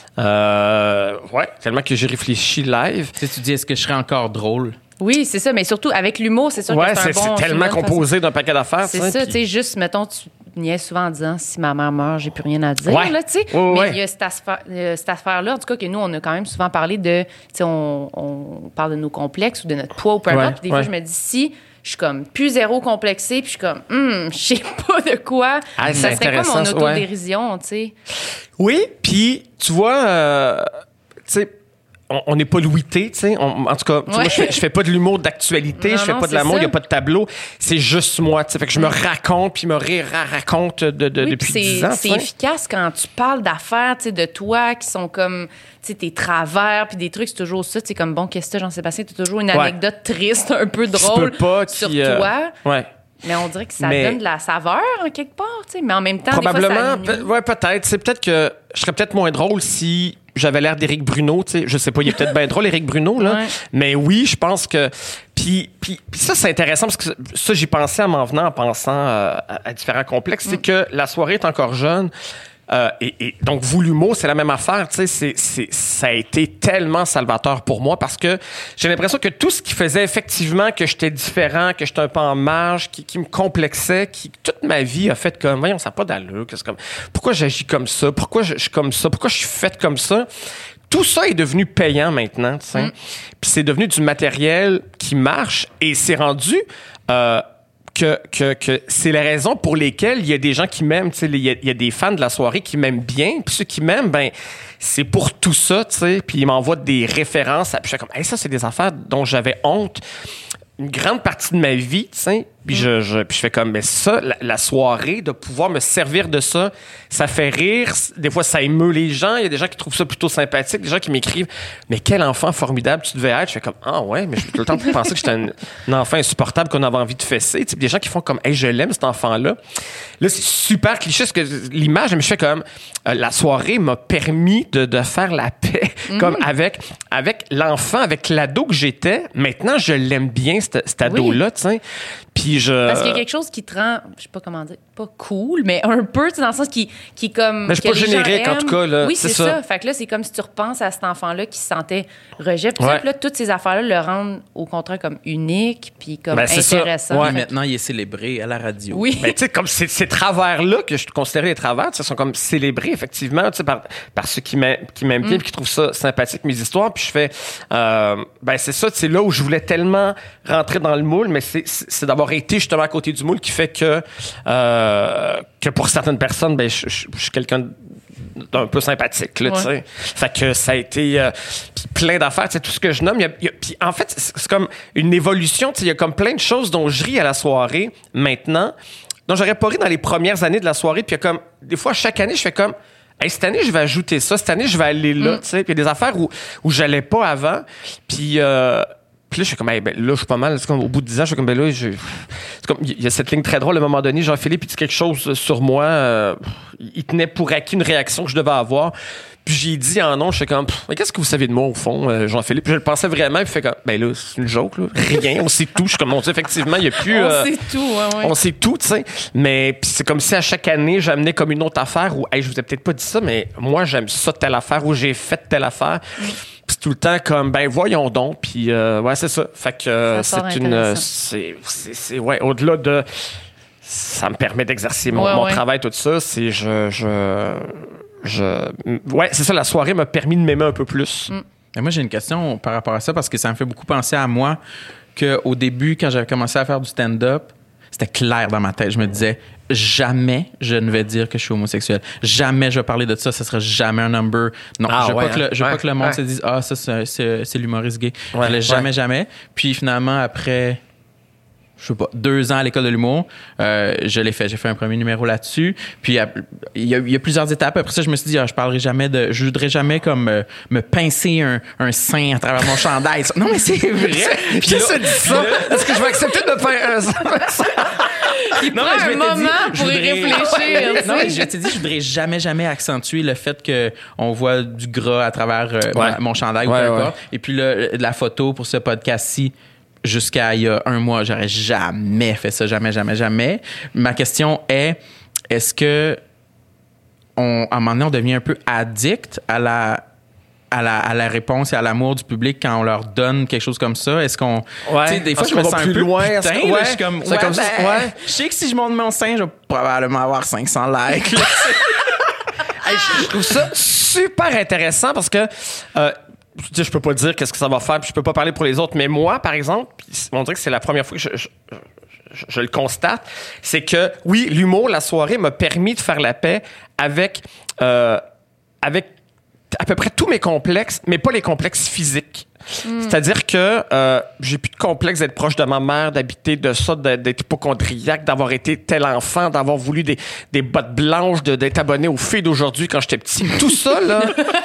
Euh, ouais, tellement que j'ai réfléchi live. Tu sais, tu dis, est-ce que je serais encore drôle? Oui, c'est ça, mais surtout avec l'humour, c'est sûr Ouais, que c'est un c'est bon... c'est tellement une bonne composé d'un paquet d'affaires. façon. C'est tu sais, ça, puis- tu sais, juste, mettons, tu niaises souvent en disant si ma mère meurt, j'ai plus rien à dire, Ouais. là, tu sais. Ouais, mais ouais. il y a cette, affaire, euh, cette affaire-là, en tout cas, que nous, on a quand même souvent parlé de, tu sais, on, on parle de nos complexes ou de notre poids ou peu importe. Ouais, Puis des fois, ouais. je me dis, si je suis comme plus zéro complexée, puis je suis comme, hum, je sais pas de quoi. Ah, ça c'est serait quoi mon intéressant, ça, ouais. autodérision, tu sais? Oui, puis tu vois, euh, tu sais, on- on n'est pas louité, tu sais. On- En tout cas, tu sais, Ouais. moi, je fais, je fais pas de l'humour d'actualité, Non, je fais non, pas de c'est l'amour, il ça. y a pas de tableau. C'est juste moi, tu sais. Fait que je me raconte, puis me raconte de, de, Oui, depuis puis dix c'est ans, c'est tu sais. efficace quand tu parles d'affaires, tu sais, de toi, qui sont comme, tu sais, tes travers, puis des trucs, c'est toujours ça. Tu sais, comme, bon, qu'est-ce que t'as, Jean-Sébastien? T'as toujours une Ouais. anecdote triste, un peu Qui se drôle peut pas, sur qui, euh, toi. Ouais. Mais on dirait que ça Mais- donne de la saveur, en quelque part, tu sais. Mais en même temps, Probablement, des fois, ça pe- ouais, peut-être. C'est peut-être que je serais peut-être moins drôle si j'avais l'air d'Éric Bruno, tu sais. Je sais pas, il est peut-être bien drôle, Éric Bruno, là. Ouais. Mais oui, je pense que... Puis, puis, puis ça, c'est intéressant parce que ça, j'y pensais en m'en venant, en pensant euh, à, à différents complexes. C'est que la soirée est encore jeune. Euh, et, et donc, vous, l'humour, c'est la même affaire. Tu sais, c'est, c'est, ça a été tellement salvateur pour moi parce que j'ai l'impression que tout ce qui faisait effectivement que j'étais différent, que j'étais un peu en marge, qui, qui me complexait, qui toute ma vie a fait comme, voyons, ça n'a pas d'allure. que c'est comme, pourquoi j'agis comme ça? Pourquoi je, je suis comme ça? Pourquoi je suis faite comme ça? Tout ça est devenu payant maintenant, tu sais. Puis c'est devenu du matériel qui marche et c'est rendu... Euh, Que, que, que c'est les raisons pour lesquelles il y a des gens qui m'aiment, tu sais, il y, a- il y a des fans de la soirée qui m'aiment bien, puis ceux qui m'aiment, ben c'est pour tout ça, tu sais, puis ils m'envoient des références, puis je fais comme, hey, ça c'est des affaires dont j'avais honte une grande partie de ma vie, tu sais, puis je, je, puis je fais comme, mais ça, la, la soirée, de pouvoir me servir de ça, ça fait rire, des fois ça émeut les gens, il y a des gens qui trouvent ça plutôt sympathique, des gens qui m'écrivent, mais quel enfant formidable tu devais être, je fais comme, ah ouais, mais je tout le temps penser que j'étais un, un enfant insupportable qu'on avait envie de fesser, tu sais, des gens qui font comme, hey, je l'aime cet enfant-là. Là, c'est super cliché, ce que l'image, mais je fais comme, euh, la soirée m'a permis de, de faire la paix, mm-hmm. comme avec, avec l'enfant, avec l'ado que j'étais, maintenant je l'aime bien, cet, cet ado-là, oui. tu sais. Puis je... Parce qu'il y a quelque chose qui te rend, je sais pas comment dire, pas cool, mais un peu, tu sais, dans le sens qui, qui est comme. Mais je suis pas générique, en tout cas, là. Oui, c'est, c'est ça. ça. Fait que là, c'est comme si tu repenses à cet enfant-là qui se sentait rejet. Puis ouais. ça, là, toutes ces affaires-là le rendent, au contraire, comme unique, puis comme ben, intéressant. Ouais. Maintenant, il est célébré à la radio. Oui. Ben, tu sais, comme ces, ces travers-là que je considérais les travers, tu sais, sont comme célébrés, effectivement, tu sais, par, par ceux qui m'aiment, qui m'aiment bien, mm. puis qui trouvent ça sympathique, mes histoires. Puis je fais, euh, ben, c'est ça, c'est là où je voulais tellement rentrer dans le moule, mais c'est, c'est, c'est d'avoir été justement à côté du moule qui fait que, euh, que pour certaines personnes, ben, je, je, je suis quelqu'un d'un peu sympathique, là, ouais. tu sais. Fait que ça a été euh, pis plein d'affaires, tu sais, tout ce que je nomme. Y a, y a, pis en fait, c'est, c'est comme une évolution, tu sais, il y a comme plein de choses dont je ris à la soirée maintenant, dont j'aurais pas ri dans les premières années de la soirée. Puis il y a comme, des fois, chaque année, je fais comme, hey, cette année, je vais ajouter ça, cette année, je vais aller là, mm. tu sais. Puis il y a des affaires où, où j'allais pas avant. Puis, euh, Puis là, je suis comme, hey, ben, là, je suis pas mal. C'est comme, au bout de dix ans, je suis comme, ben là, je... c'est comme, il y a cette ligne très drôle. À un moment donné, Jean-Philippe, il dit quelque chose sur moi. Euh, il tenait pour acquis une réaction que je devais avoir. Puis j'ai dit en nom, je fais comme, mais qu'est-ce que vous savez de moi, au fond, euh, Jean-Philippe? Puis je le pensais vraiment. Puis je fais comme, ben là, c'est une joke, là. Rien, on sait tout. Je suis comme, on dit, effectivement, il y a plus. on euh, sait tout, ouais, ouais. On sait tout, tu sais. Mais puis c'est comme si à chaque année, j'amenais comme une autre affaire où, hey, je vous ai peut-être pas dit ça, mais moi, j'aime ça, telle affaire, où j'ai fait telle affaire. Mm. Puis tout le temps comme ben voyons donc puis euh, ouais c'est ça fait que euh, c'est une c'est, c'est c'est ouais au-delà de ça me permet d'exercer mon, ouais, mon ouais. travail tout ça c'est je je je ouais c'est ça la soirée m'a permis de m'aimer un peu plus. Mm. Et moi j'ai une question par rapport à ça parce que ça me fait beaucoup penser à moi que au début quand j'avais commencé à faire du stand-up c'était clair dans ma tête. Je me disais, jamais je ne vais dire que je suis homosexuel. Jamais je vais parler de ça. Ce sera jamais un number. Non, ah, je veux ouais, pas, que le, je veux ouais, pas que le monde ouais. se dise, ah, ça, c'est, c'est, c'est l'humoriste gay. Ouais, je voulais jamais, ouais. jamais. Puis finalement, après, je sais pas, deux ans à l'école de l'humour, euh, je l'ai fait. J'ai fait un premier numéro là-dessus. Puis il y a, il y a plusieurs étapes. Après ça, je me suis dit, ah, je parlerai jamais de, je voudrais jamais comme euh, me pincer un, un sein à travers mon chandail. Non, mais c'est vrai. Puis qui se dit ça? Est-ce que je vais accepter de me faire un sein? Il prend non, un moment dit, pour y réfléchir. Non, mais je t'ai dit, je voudrais jamais, jamais accentuer le fait qu'on voit du gras à travers euh, ouais. ma, mon chandail ouais, ou peu importe. Ouais. Et puis là, la photo pour ce podcast-ci, jusqu'à il y a un mois, j'aurais jamais fait ça, jamais, jamais, jamais. Ma question est, est-ce que on, à un moment donné, on devient un peu addict à la, à la, à la réponse et à l'amour du public quand on leur donne quelque chose comme ça? Est-ce qu'on... Ouais. Tu sais, des fois, je me sens un peu loin, putain, que, ouais, là, je suis comme... Ouais, comme ben, ouais. Je sais que si je monte mon sein, je vais probablement avoir cinq cents likes. Hey, je, je trouve ça super intéressant parce que... Euh, je peux pas dire qu'est-ce que ça va faire, puis je peux pas parler pour les autres, mais moi, par exemple, on dirait que c'est la première fois que je, je, je, je le constate, c'est que, oui, l'humour, la soirée m'a permis de faire la paix avec, euh, avec à peu près tous mes complexes, mais pas les complexes physiques. Mm. C'est-à-dire que euh, j'ai plus de complexe d'être proche de ma mère, d'habiter de ça, d'être hypochondriaque, d'avoir été tel enfant, d'avoir voulu des, des bottes blanches, de, d'être abonné aux filles d'aujourd'hui quand j'étais petit. Tout ça, là...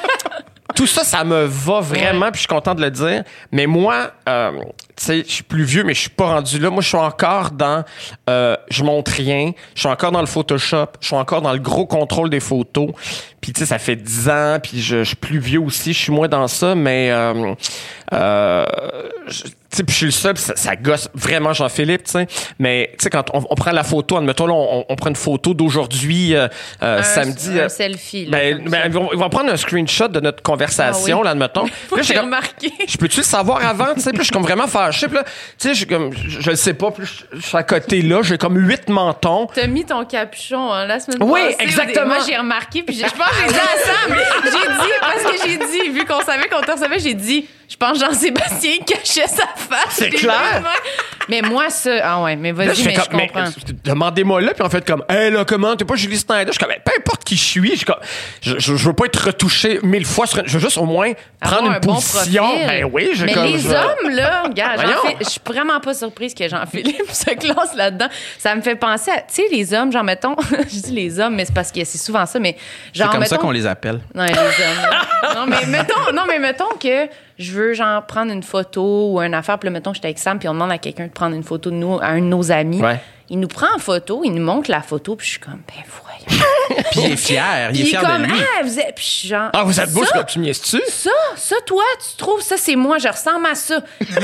Tout ça, ça me va vraiment, ouais. Puis je suis content de le dire. Mais moi, euh, tu sais, je suis plus vieux, mais je suis pas rendu là. Moi, je suis encore dans... Euh, je montre rien. Je suis encore dans le Photoshop. Je suis encore dans le gros contrôle des photos. Puis, tu sais, ça fait dix ans. Puis, je, je suis plus vieux aussi. Je suis moins dans ça. Mais, euh, euh, tu sais, puis je suis le seul. Ça, ça gosse vraiment Jean-Philippe, tu sais. Mais, tu sais, quand on, on prend la photo, admettons, là, on, on prend une photo d'aujourd'hui, euh, euh, un, samedi. Un euh, selfie. Là, ben, ben, ils, vont, ils vont prendre un screenshot de notre conversation, ah oui. là, admettons. Faut que j'ai remarqué. Je peux-tu le savoir avant, tu sais? Puis je suis comme vraiment fâché. Puis là, tu sais, je, comme, je, je le sais pas. Puis je suis à côté là. J'ai comme huit mentons. T'as mis ton capuchon hein, la semaine oui, passée. Oui, exactement. Moi, j'ai remarqué. Puis je pense que j'ai dit à Sam. J'ai dit, parce que j'ai dit, vu qu'on savait qu'on te recevait, j'ai dit, je pense que Jean-Sébastien cachait sa face. C'est clair. Mais moi, ça... Ah ouais, mais vas-y, là, je mais comme, je comprends. Mais, demandez-moi là, puis en fait, comme, hé, hey, là, comment? T'es pas Julie Snyder? Je suis comme, peu importe qui je suis, je, je, je, je veux pas être retouché mille fois. Sur, je veux juste au moins prendre avoir une position. Bon ben oui, je Mais comme, les je... hommes, là, regarde, je suis vraiment pas surprise que Jean-Philippe se classe là-dedans. Ça me fait penser à, tu sais, les hommes, genre, mettons, je dis les hommes, mais c'est parce que c'est souvent ça, mais genre, c'est comme mettons, ça qu'on les appelle. Non, les hommes. non, mais mettons, non, mais mettons que je veux, genre, prendre une photo ou une affaire, puis là, mettons, j'étais avec Sam, puis on demande à quelqu'un de prendre une photo de nous, à un de nos amis. Ouais. Il nous prend en photo, il nous montre la photo, puis je suis comme, ben voyons. Puis il est fier, il est fier comme, de lui. Ah, vous êtes, puis je suis genre, ah, vous êtes beau, comme tu niaises-tu? Ça, ça, toi, tu trouves, ça, c'est moi, je ressemble à ça.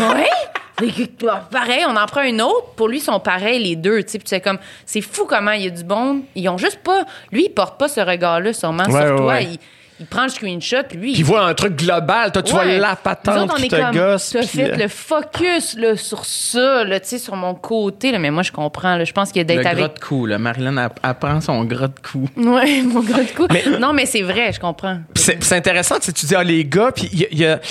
Oui? Pareil, on en prend une autre. Pour lui, ils sont pareils, les deux. Tu sais, puis c'est comme, c'est fou comment il y a du bon. Ils ont juste pas, lui, il porte pas ce regard-là, sûrement, ouais, sur ouais, toi. Ouais. Il, Il prend le screenshot, puis lui... Puis il voit un truc global. Toi, tu ouais. vois la patente autres, qui te comme, gosse. Tu as puis... fait le focus là, sur ça, là, sur mon côté. Là, mais moi, je comprends. Là, je pense qu'il y a d'être le avec... gras de cou. Là. Marilyn elle, elle prend son gras de cou. Oui, mon gras de cou. Mais... Non, mais c'est vrai, je comprends. C'est, c'est intéressant. Tu sais, tu dis, ah, les gars, puis il y, y a...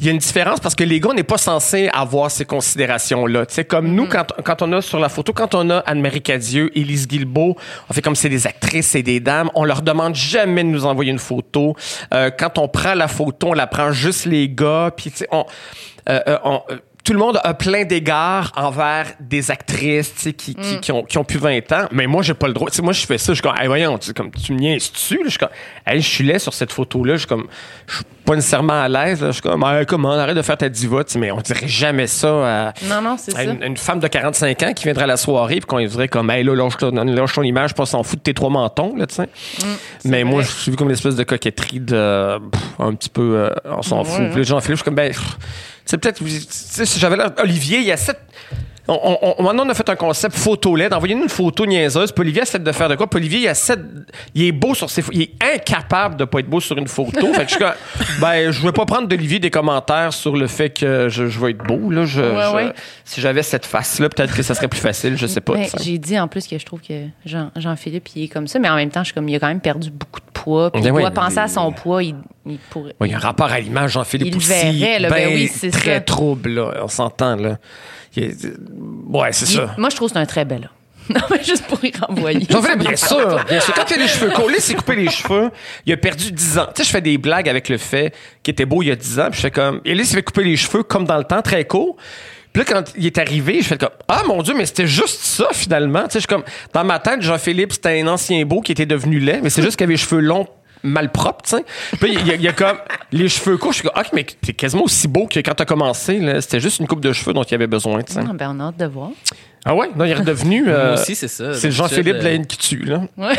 il y a une différence parce que les gars, on n'est pas censé avoir ces considérations-là. Tu sais, comme mm-hmm. nous, quand, quand on a sur la photo, quand on a Anne-Marie Cadieux, Élise Guilbeault, on fait comme c'est des actrices, c'est des dames, on leur demande jamais de nous envoyer une photo. Euh, quand on prend la photo, on la prend juste les gars, puis tu sais, on... Euh, euh, on euh, tout le monde a plein d'égards envers des actrices, tu sais, qui, qui, mm. qui, ont, qui ont plus vingt ans. Mais moi, j'ai pas le droit. Tu sais, moi, je fais ça. Je suis comme, hey, voyons, tu, comme, tu me niaises-tu? Je suis comme, hey, je suis laid sur cette photo-là. Je suis comme, je suis pas nécessairement à l'aise. Là. Je suis comme, hey, comment, arrête de faire ta diva. Tu sais, mais on dirait jamais ça à, non, non, c'est à ça. Une, une femme de quarante-cinq ans qui viendrait à la soirée puis qu'on lui dirait comme, hey, là, lâche ton, lâche ton image, pas s'en fout de tes trois mentons, là, tu sais. Mm, mais vrai. Moi, je suis vu comme une espèce de coquetterie de, pff, un petit peu, euh, on s'en ouais, fout. Ouais. Puis les Jean-Philippe, je suis comme, ben, pff, c'est peut-être, tu sais, si j'avais là, Olivier, il y a sept. On, on, on, maintenant, on a fait un concept photo L E D. Envoyez-nous une photo niaiseuse. Puis Olivier essaie de faire de quoi? Puis Olivier, il, a sept, il est beau sur ses photos. Il est incapable de pas être beau sur une photo. Fait que je suis comme, ben, je vais pas prendre d'Olivier des commentaires sur le fait que je, je vais être beau. Là. Je, ouais, je, ouais. Si j'avais cette face-là, peut-être que ça serait plus facile. Je sais pas. Ben, j'ai dit en plus que je trouve que Jean, Jean-Philippe, il est comme ça. Mais en même temps, je suis comme, il a quand même perdu beaucoup de poids. Puis ben il ouais, doit penser il... à son poids. Il, il pourrait. Ouais, il y a un rapport à l'image, Jean-Philippe il aussi. Verrait, là, ben, ben oui, c'est très ça. trouble, là. On s'entend, là. Est... Ouais, c'est il, ça. Moi, je trouve que c'est un très bel homme. Non, mais juste pour y renvoyer. J'en fais bien sûr. Bien sûr. Quand il a les cheveux collés, s'est coupé les cheveux, il a perdu dix ans. Tu sais, je fais des blagues avec le fait qu'il était beau il y a dix ans, puis je fais comme... Et là, il s'est fait couper les cheveux comme dans le temps, très court. Puis là, quand il est arrivé, je fais comme « Ah, mon Dieu, mais c'était juste ça, finalement. » Tu sais, je suis comme... Dans ma tête, Jean-Philippe, c'était un ancien beau qui était devenu laid, mais c'est juste qu'il avait les cheveux longs malpropre, tu sais. Puis il y, y, y a comme les cheveux courts. Je suis comme, OK, mais t'es quasiment aussi beau que quand t'as commencé. Là. C'était juste une coupe de cheveux dont il y avait besoin, tu sais. Ah, ben, on a hâte de voir. Ah ouais? Non, il est redevenu... Euh, Moi aussi, c'est ça. C'est Jean-Philippe de... Laine qui tue, là. Ouais.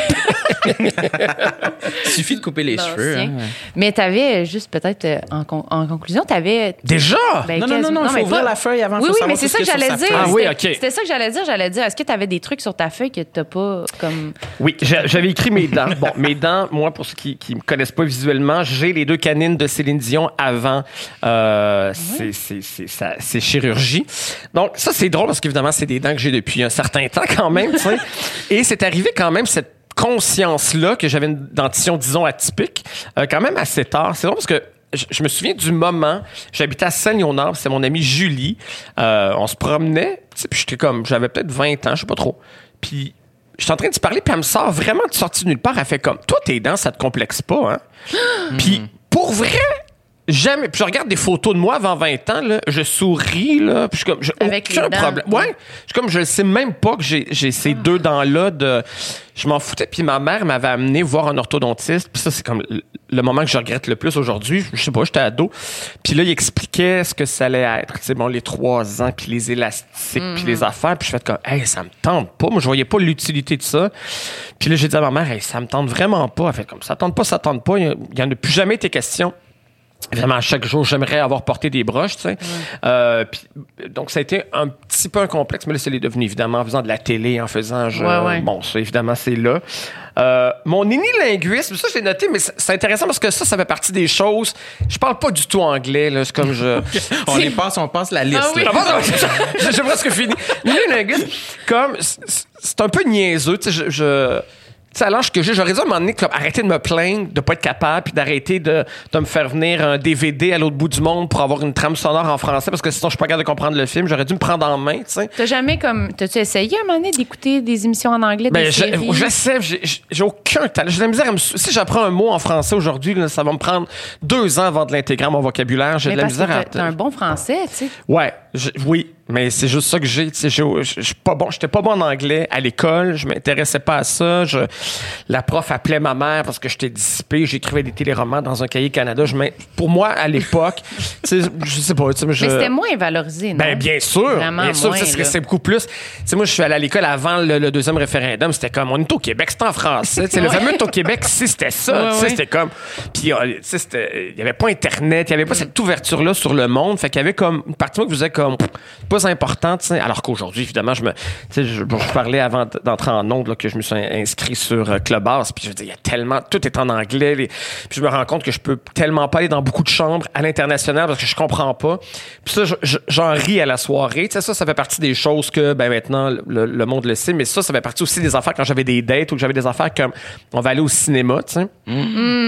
Il suffit de couper les non, cheveux. Hein. Mais t'avais, juste peut-être, en, con- en conclusion, t'avais... Déjà? Ben, non, non, non, non, il faut ouvrir pas... la feuille avant. Oui, oui, mais c'est ça que j'allais dire. Ah oui, OK. C'était ça que j'allais dire. J'allais dire, est-ce que t'avais des trucs sur ta feuille que t'as pas, comme... Oui, j'avais écrit mes dents. Bon, mes dents, moi, pour ceux qui, qui me connaissent pas visuellement, j'ai les deux canines de Céline Dion avant euh, mmh. c'est, c'est, c'est, ça, c'est chirurgie. Donc, ça, c'est drôle parce qu'évidemment, c'est des dents que j'ai depuis un certain temps quand même, tu sais. Et c'est arrivé quand même cette conscience-là que j'avais une dentition, disons, atypique, euh, quand même assez tard. C'est drôle parce que je, je me souviens du moment, j'habitais à Saint-Léonard, c'est mon amie Julie, euh, on se promenait, tu sais, puis j'étais comme, j'avais peut-être vingt ans, je sais pas trop, puis j'étais en train de te parler, puis elle me sort vraiment de sortie de nulle part, elle fait comme, toi, tes dents, ça te complexe pas, hein? Puis pour vrai... Jamais. Puis je regarde des photos de moi avant vingt ans, là, je souris, là, puis je suis comme, j'ai avec aucun problème. Ouais. Je suis comme, je ne sais même pas que j'ai, j'ai ces ah. deux dents-là de... Je m'en foutais. Puis ma mère m'avait amené voir un orthodontiste. Puis ça, c'est comme le moment que je regrette le plus aujourd'hui. Je sais pas, j'étais ado. Puis là, il expliquait ce que ça allait être. Tu sais, bon, les trois ans, puis les élastiques, mm-hmm. puis les affaires. Puis je fais comme, hey, ça me tente pas. Moi, je voyais pas l'utilité de ça. Puis là, j'ai dit à ma mère, hey, ça me tente vraiment pas. Elle fait comme, ça tente pas, ça tente pas. Il y en a plus jamais été question. Évidemment, chaque jour, j'aimerais avoir porté des broches, tu sais. Mm. Euh, pis, donc, ça a été un petit peu un complexe, mais là, c'est devenu, évidemment, en faisant de la télé, en faisant... Je, ouais, ouais. Bon, ça, évidemment, c'est là. Euh, mon unilinguisme, ça, je l'ai noté, mais c'est, c'est intéressant parce que ça, ça fait partie des choses... Je parle pas du tout anglais, là. C'est comme je... on les passe, on passe la liste. Ah, oui. J'ai je, presque fini. Unilinguisme, comme... C'est, c'est un peu niaiseux, tu sais, je... je Tu sais, à l'âge que j'ai, j'aurais dû à un moment donné comme, arrêter de me plaindre de pas être capable, puis d'arrêter de, de me faire venir un D V D à l'autre bout du monde pour avoir une trame sonore en français, parce que sinon, je suis pas capable de comprendre le film. J'aurais dû me prendre en main, tu sais. T'as jamais comme... T'as-tu essayé à un moment donné d'écouter des émissions en anglais, des ben, séries? Je, je sais, j'ai, j'ai aucun talent. J'ai de la misère à me... Si j'apprends un mot en français aujourd'hui, là, ça va me prendre deux ans avant de l'intégrer à mon vocabulaire. J'ai mais de la misère t'as, à... t'as un bon français, tu sais. Ouais, je, oui. Mais c'est juste ça que j'ai. Tu sais, je suis pas bon. J'étais pas bon en anglais à l'école. Je m'intéressais pas à ça. Je, la prof appelait ma mère parce que j'étais dissipé. J'écrivais des téléromans dans un cahier Canada. Je pour moi, à l'époque, tu sais, je sais pas. Je, mais c'était moins valorisé, non? Ben, bien sûr. Vraiment bien sûr. moins, c'est, c'est beaucoup plus. Tu sais, moi, je suis allé à l'école avant le, le deuxième référendum. C'était comme, on est au Québec, c'était en français. Tu sais, le fameux au Québec, si c'était ça. Ouais, tu sais, ouais. c'était comme. Puis, tu sais, c'était, il y avait pas Internet. Il y avait pas mm. cette ouverture-là sur le monde. Fait qu'il y avait comme une partie de moi qui faisait comme, pas important, tu sais. Alors qu'aujourd'hui, évidemment, je me, tu sais, je, bon, je parlais avant d'entrer en ondes là, que je me suis inscrit sur euh, Clubhouse, puis je veux dire, il y a tellement, tout est en anglais, les, puis je me rends compte que je peux tellement pas aller dans beaucoup de chambres à l'international parce que je comprends pas. Puis ça, je, je, j'en ris à la soirée, tu sais, ça, ça fait partie des choses que, ben maintenant, le, le monde le sait, mais ça, ça fait partie aussi des affaires quand j'avais des dates ou que j'avais des affaires comme, on va aller au cinéma, tu sais. Mm.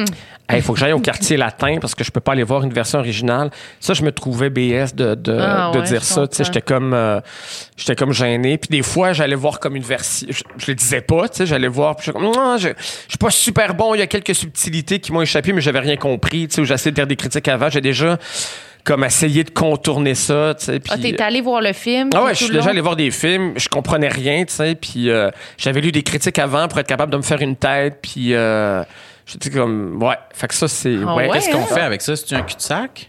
il hey, faut que j'aille au quartier latin parce que je peux pas aller voir une version originale. Ça, je me trouvais B S de, de, ah, de ouais, dire ça. Tu sais, j'étais comme, euh, j'étais comme gêné. Puis des fois, j'allais voir comme une version. Je, je le disais pas, tu sais, j'allais voir. Puis j'étais comme, non, je, je suis pas super bon. Il y a quelques subtilités qui m'ont échappé, mais j'avais rien compris. Tu sais, j'ai essayé de faire des critiques avant. J'ai déjà comme essayé de contourner ça, tu sais. Ah, t'es allé voir le film? Ah ouais, je suis déjà allé voir des films, je comprenais rien, tu sais, puis euh, j'avais lu des critiques avant pour être capable de me faire une tête, puis euh, j'étais comme, ouais, fait que ça, c'est... Ah ouais. ouais, Qu'est-ce qu'on hein? fait avec ça? C'est-tu un cul-de-sac?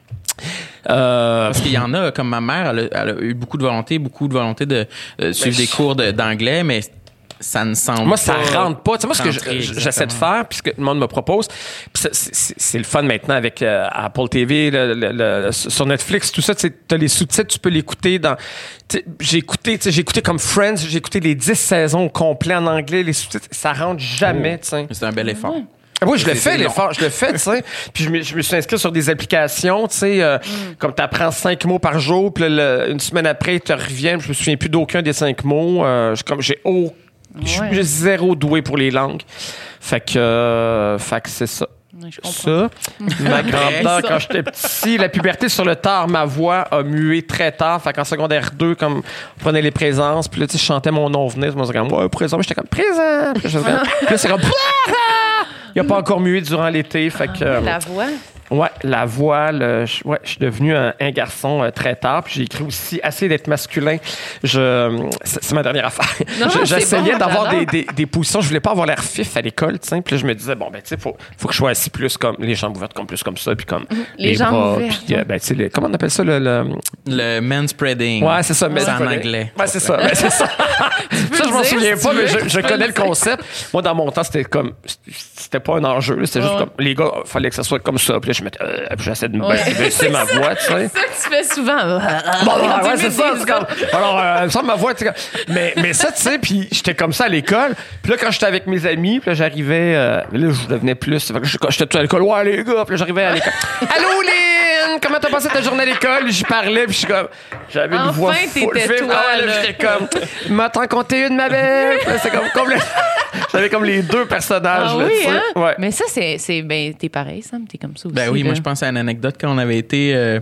Euh, Parce qu'il y en a, comme ma mère, elle a, elle a eu beaucoup de volonté, beaucoup de volonté de euh, suivre Mais des cours de- d'anglais, mais ça ne semble Moi, pas ça rentre pas. Tu sais, moi, ce que rentrer je- j'essaie de exactement. faire, puis ce que le monde me propose, puis c'est- c'est c'est le fun maintenant avec euh, Apple T V, le, le- le- sur Netflix, tout ça, tu as les sous-titres, tu peux l'écouter dans... tu sais, J'ai écouté, tu sais, j'ai écouté comme Friends, j'ai écouté les dix saisons au complet en anglais, les sous-titres, ça rentre jamais, tu sais. C'est un bel effort. Ah oui, je le C'est- fais, c'est l'effort, je le fais, tu sais. Puis je me, je me suis inscrit sur des applications, tu sais, euh, comme tu apprends cinq mots par jour, puis là, le- une semaine après, ils te reviennent, je me souviens plus d'aucun des cinq mots. Euh, je- comme j'ai oh, je suis Ouais. juste zéro doué pour les langues. Fait que, euh, fait que c'est ça. Ouais, je comprends. Ça, ma grandeur, quand j'étais petit, la puberté sur le tard, ma voix a mué très tard. Fait qu'en secondaire deux, comme on prenait les présences, puis là, tu sais, je chantais mon nom venait, je me disais comme, ouais, présent, j'étais comme, présent. Puis là, je faisais comme- puis là, c'est comme, il a pas encore mué durant l'été. Fait que, euh, La voix? ouais, la voix, le, je, ouais, je suis devenu un, un garçon euh, très tard. Puis j'ai écrit aussi assez d'être masculin. Je, c'est, c'est ma dernière affaire. Non, Je- c'est J'essayais bon, d'avoir des, j'adore. des, des positions. Je voulais pas avoir l'air fif à l'école, tu sais. Puis là, je me disais, bon, ben, tu sais, faut, faut que je sois assis plus comme les jambes ouvertes, comme plus comme ça, puis comme Les jambes bras, ouvertes, puis, euh, ben, tu sais, les- comment on appelle ça, le. le... Le manspreading. Ouais, c'est ça. mais C'est en je- anglais. Ouais, c'est ça. Ben, c'est ça. ça, je m'en le dire, souviens si pas, tu mais veux, je, tu je peux connais le le concept. Moi, dans mon temps, c'était comme. C'était pas un enjeu. là. C'était juste Ouais. comme. Les gars, il fallait que ça soit comme ça. Puis là, je mettais. Euh, puis j'essaie de me Ouais. baisser ma voix, tu sais. C'est ça que tu fais souvent. Bon, ouais, Tu ouais, mets c'est ça. des c'est comme- alors, euh, ça, ma voix, tu sais, comme- mais, mais ça, tu sais, puis j'étais comme ça à l'école. Puis là, quand j'étais avec mes amis, puis là, j'arrivais, euh, là, je devenais plus. Fait que je- quand j'étais tout à l'école, ouais, les gars, puis là, j'arrivais à l'école. Allô, Lynn, comment t'as passé ta journée à l'école? J'y parlais, puis je suis comme, j'avais une Enfin, voix t'étais full fine. toi, Ah, là, là. j'étais comme, m'as-t'en compté une, ma belle? Puis là, c'est comme, comme le- j'avais comme les deux personnages, Ah là, oui, tu sais. hein? Ouais. Mais ça, c'est, c'est ben, t'es pareil, Sam, t'es comme ça aussi. Ben oui, là. moi, je pense à une anecdote quand on avait été. Euh,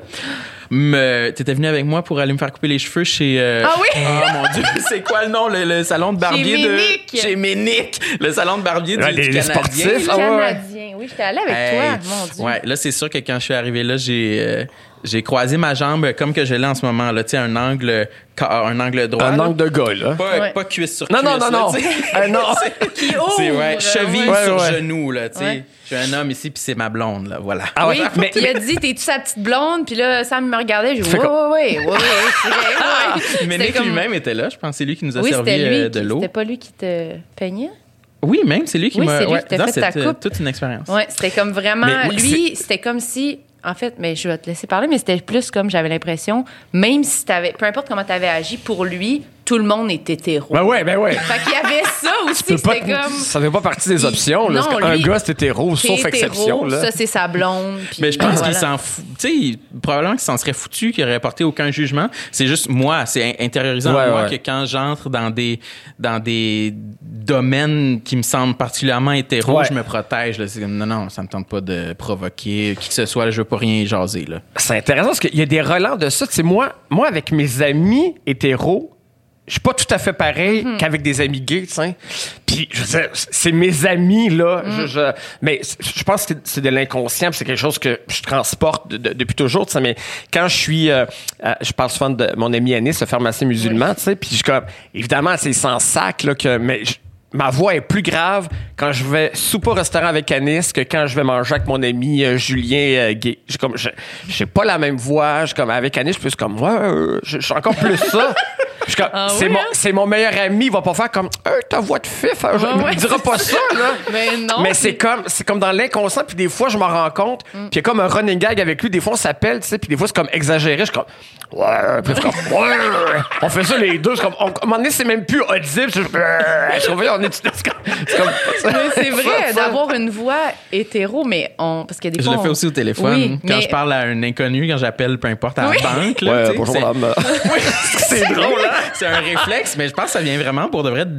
me, t'étais venu avec moi pour aller me faire couper les cheveux chez. euh, Ah oui? Oh mon Dieu, c'est quoi le nom? Le, le salon de barbier de. Ménic. Chez Ménic. Le salon de barbier Ouais, du, les- du les Canadien. sportifs, Le ah ouais, ouais. Canadien. Oui, j'étais allée avec Hey, toi, mon Dieu. Ouais, là, c'est sûr que quand je suis arrivé là, j'ai. euh, j'ai croisé ma jambe comme que je l'ai en ce moment, là, tu sais, un angle, ca- un angle droit. Un là. angle de gars, là. Pas, Ouais. pas cuisse sur Non, cuisse. non, non, là, non. tu sais. Un non. Qui ouvre. C'est ouais, cheville Ouais, sur ouais. genou, là, tu sais. Ouais. J'ai un homme ici, puis c'est ma blonde, là, voilà. Ah ouais, Oui, mais, puis il a dit, t'es-tu sa petite blonde? Puis là, Sam me regardait, je dis, Fait ouais, comme- ouais, ouais, ouais, ouais, c'est vrai, ouais. Mais C'était Nick comme- lui-même était là, je pense que c'est lui qui nous a Oui, servi c'était lui. euh, de qui- l'eau. C'était pas lui qui te peignait? Oui, même, c'est lui qui Oui, m'a. c'est lui ouais, qui t'a non, fait ta c'était coupe. toute une expérience. Ouais, c'était comme vraiment. Mais ouais, lui, c'était comme si. En fait, mais je vais te laisser parler, mais c'était plus comme j'avais l'impression, même si t'avais. Peu importe comment t'avais agi, pour lui, tout le monde est hétéro. Ben ouais, ben ouais. Fait qu'il y avait ça aussi, Tu peux pas c'était te- comme. Ça fait pas partie des Il- options. Là, non, parce qu'un lui, gars, c'est hétéro, T'es sauf hétéro, exception. Là. Ça, c'est sa blonde. puis Mais je pense voilà. qu'il s'en fout. Tu sais, probablement qu'il s'en serait foutu, qu'il aurait porté aucun jugement. C'est juste moi, c'est in- intériorisant Ouais, en moi ouais. que quand j'entre dans des dans des domaines qui me semblent particulièrement hétéros, Ouais. je me protège. Là. C'est comme, non, non, ça me tente pas de provoquer qui que ce soit. Là, je veux pas rien jaser. Là. C'est intéressant parce qu'il y a des relents de ça. Tu sais, moi, moi, avec mes amis hétéros, je suis pas tout à fait pareil qu'avec des amis gays, tu sais. Puis, je veux dire, c'est mes amis, là. Je, je- mais je pense que c'est de l'inconscient, puis c'est quelque chose que je transporte de- de- depuis toujours, tu sais. Mais quand je suis... euh, euh, je parle souvent de mon ami Anis, le pharmacien musulman, tu sais. Puis, je suis comme... Évidemment, c'est sans sac, là, que... Mais je- ma voix est plus grave quand je vais souper au restaurant avec Anis que quand je vais manger avec mon ami euh, Julien euh, gay. J'ai comme... Je j'ai pas la même voix. Je comme avec Anis, je suis plus comme... Ouais, euh, je je suis encore plus ça. Je suis comme, Ah c'est, oui, mon, hein? c'est mon meilleur ami, il va pas faire comme hey, ta voix de fif, hein, je, Ouais, il ouais, me dira c'est pas ça, là. Mais non. Mais c'est comme c'est comme dans l'inconscient, puis des fois je m'en rends compte, puis il y a comme un running gag avec lui, des fois on s'appelle, tu sais, puis des fois c'est comme exagéré, je suis comme ouais, puis je suis comme ouais, on fait ça les deux, c'est comme on, à un moment donné c'est même plus audible, je suis je suis comme, on est c'est comme, c'est comme Mais c'est vrai ça, ça. d'avoir une voix hétéro, mais on. Parce que des Je fois. le fais on- aussi au téléphone. Oui, quand mais- je parle à un inconnu, quand j'appelle, peu importe, à Oui. la banque. Là, Ouais, tu sais, bonjour c'est- madame. Oui, c'est drôle, hein? C'est un réflexe, mais je pense que ça vient vraiment pour de vrai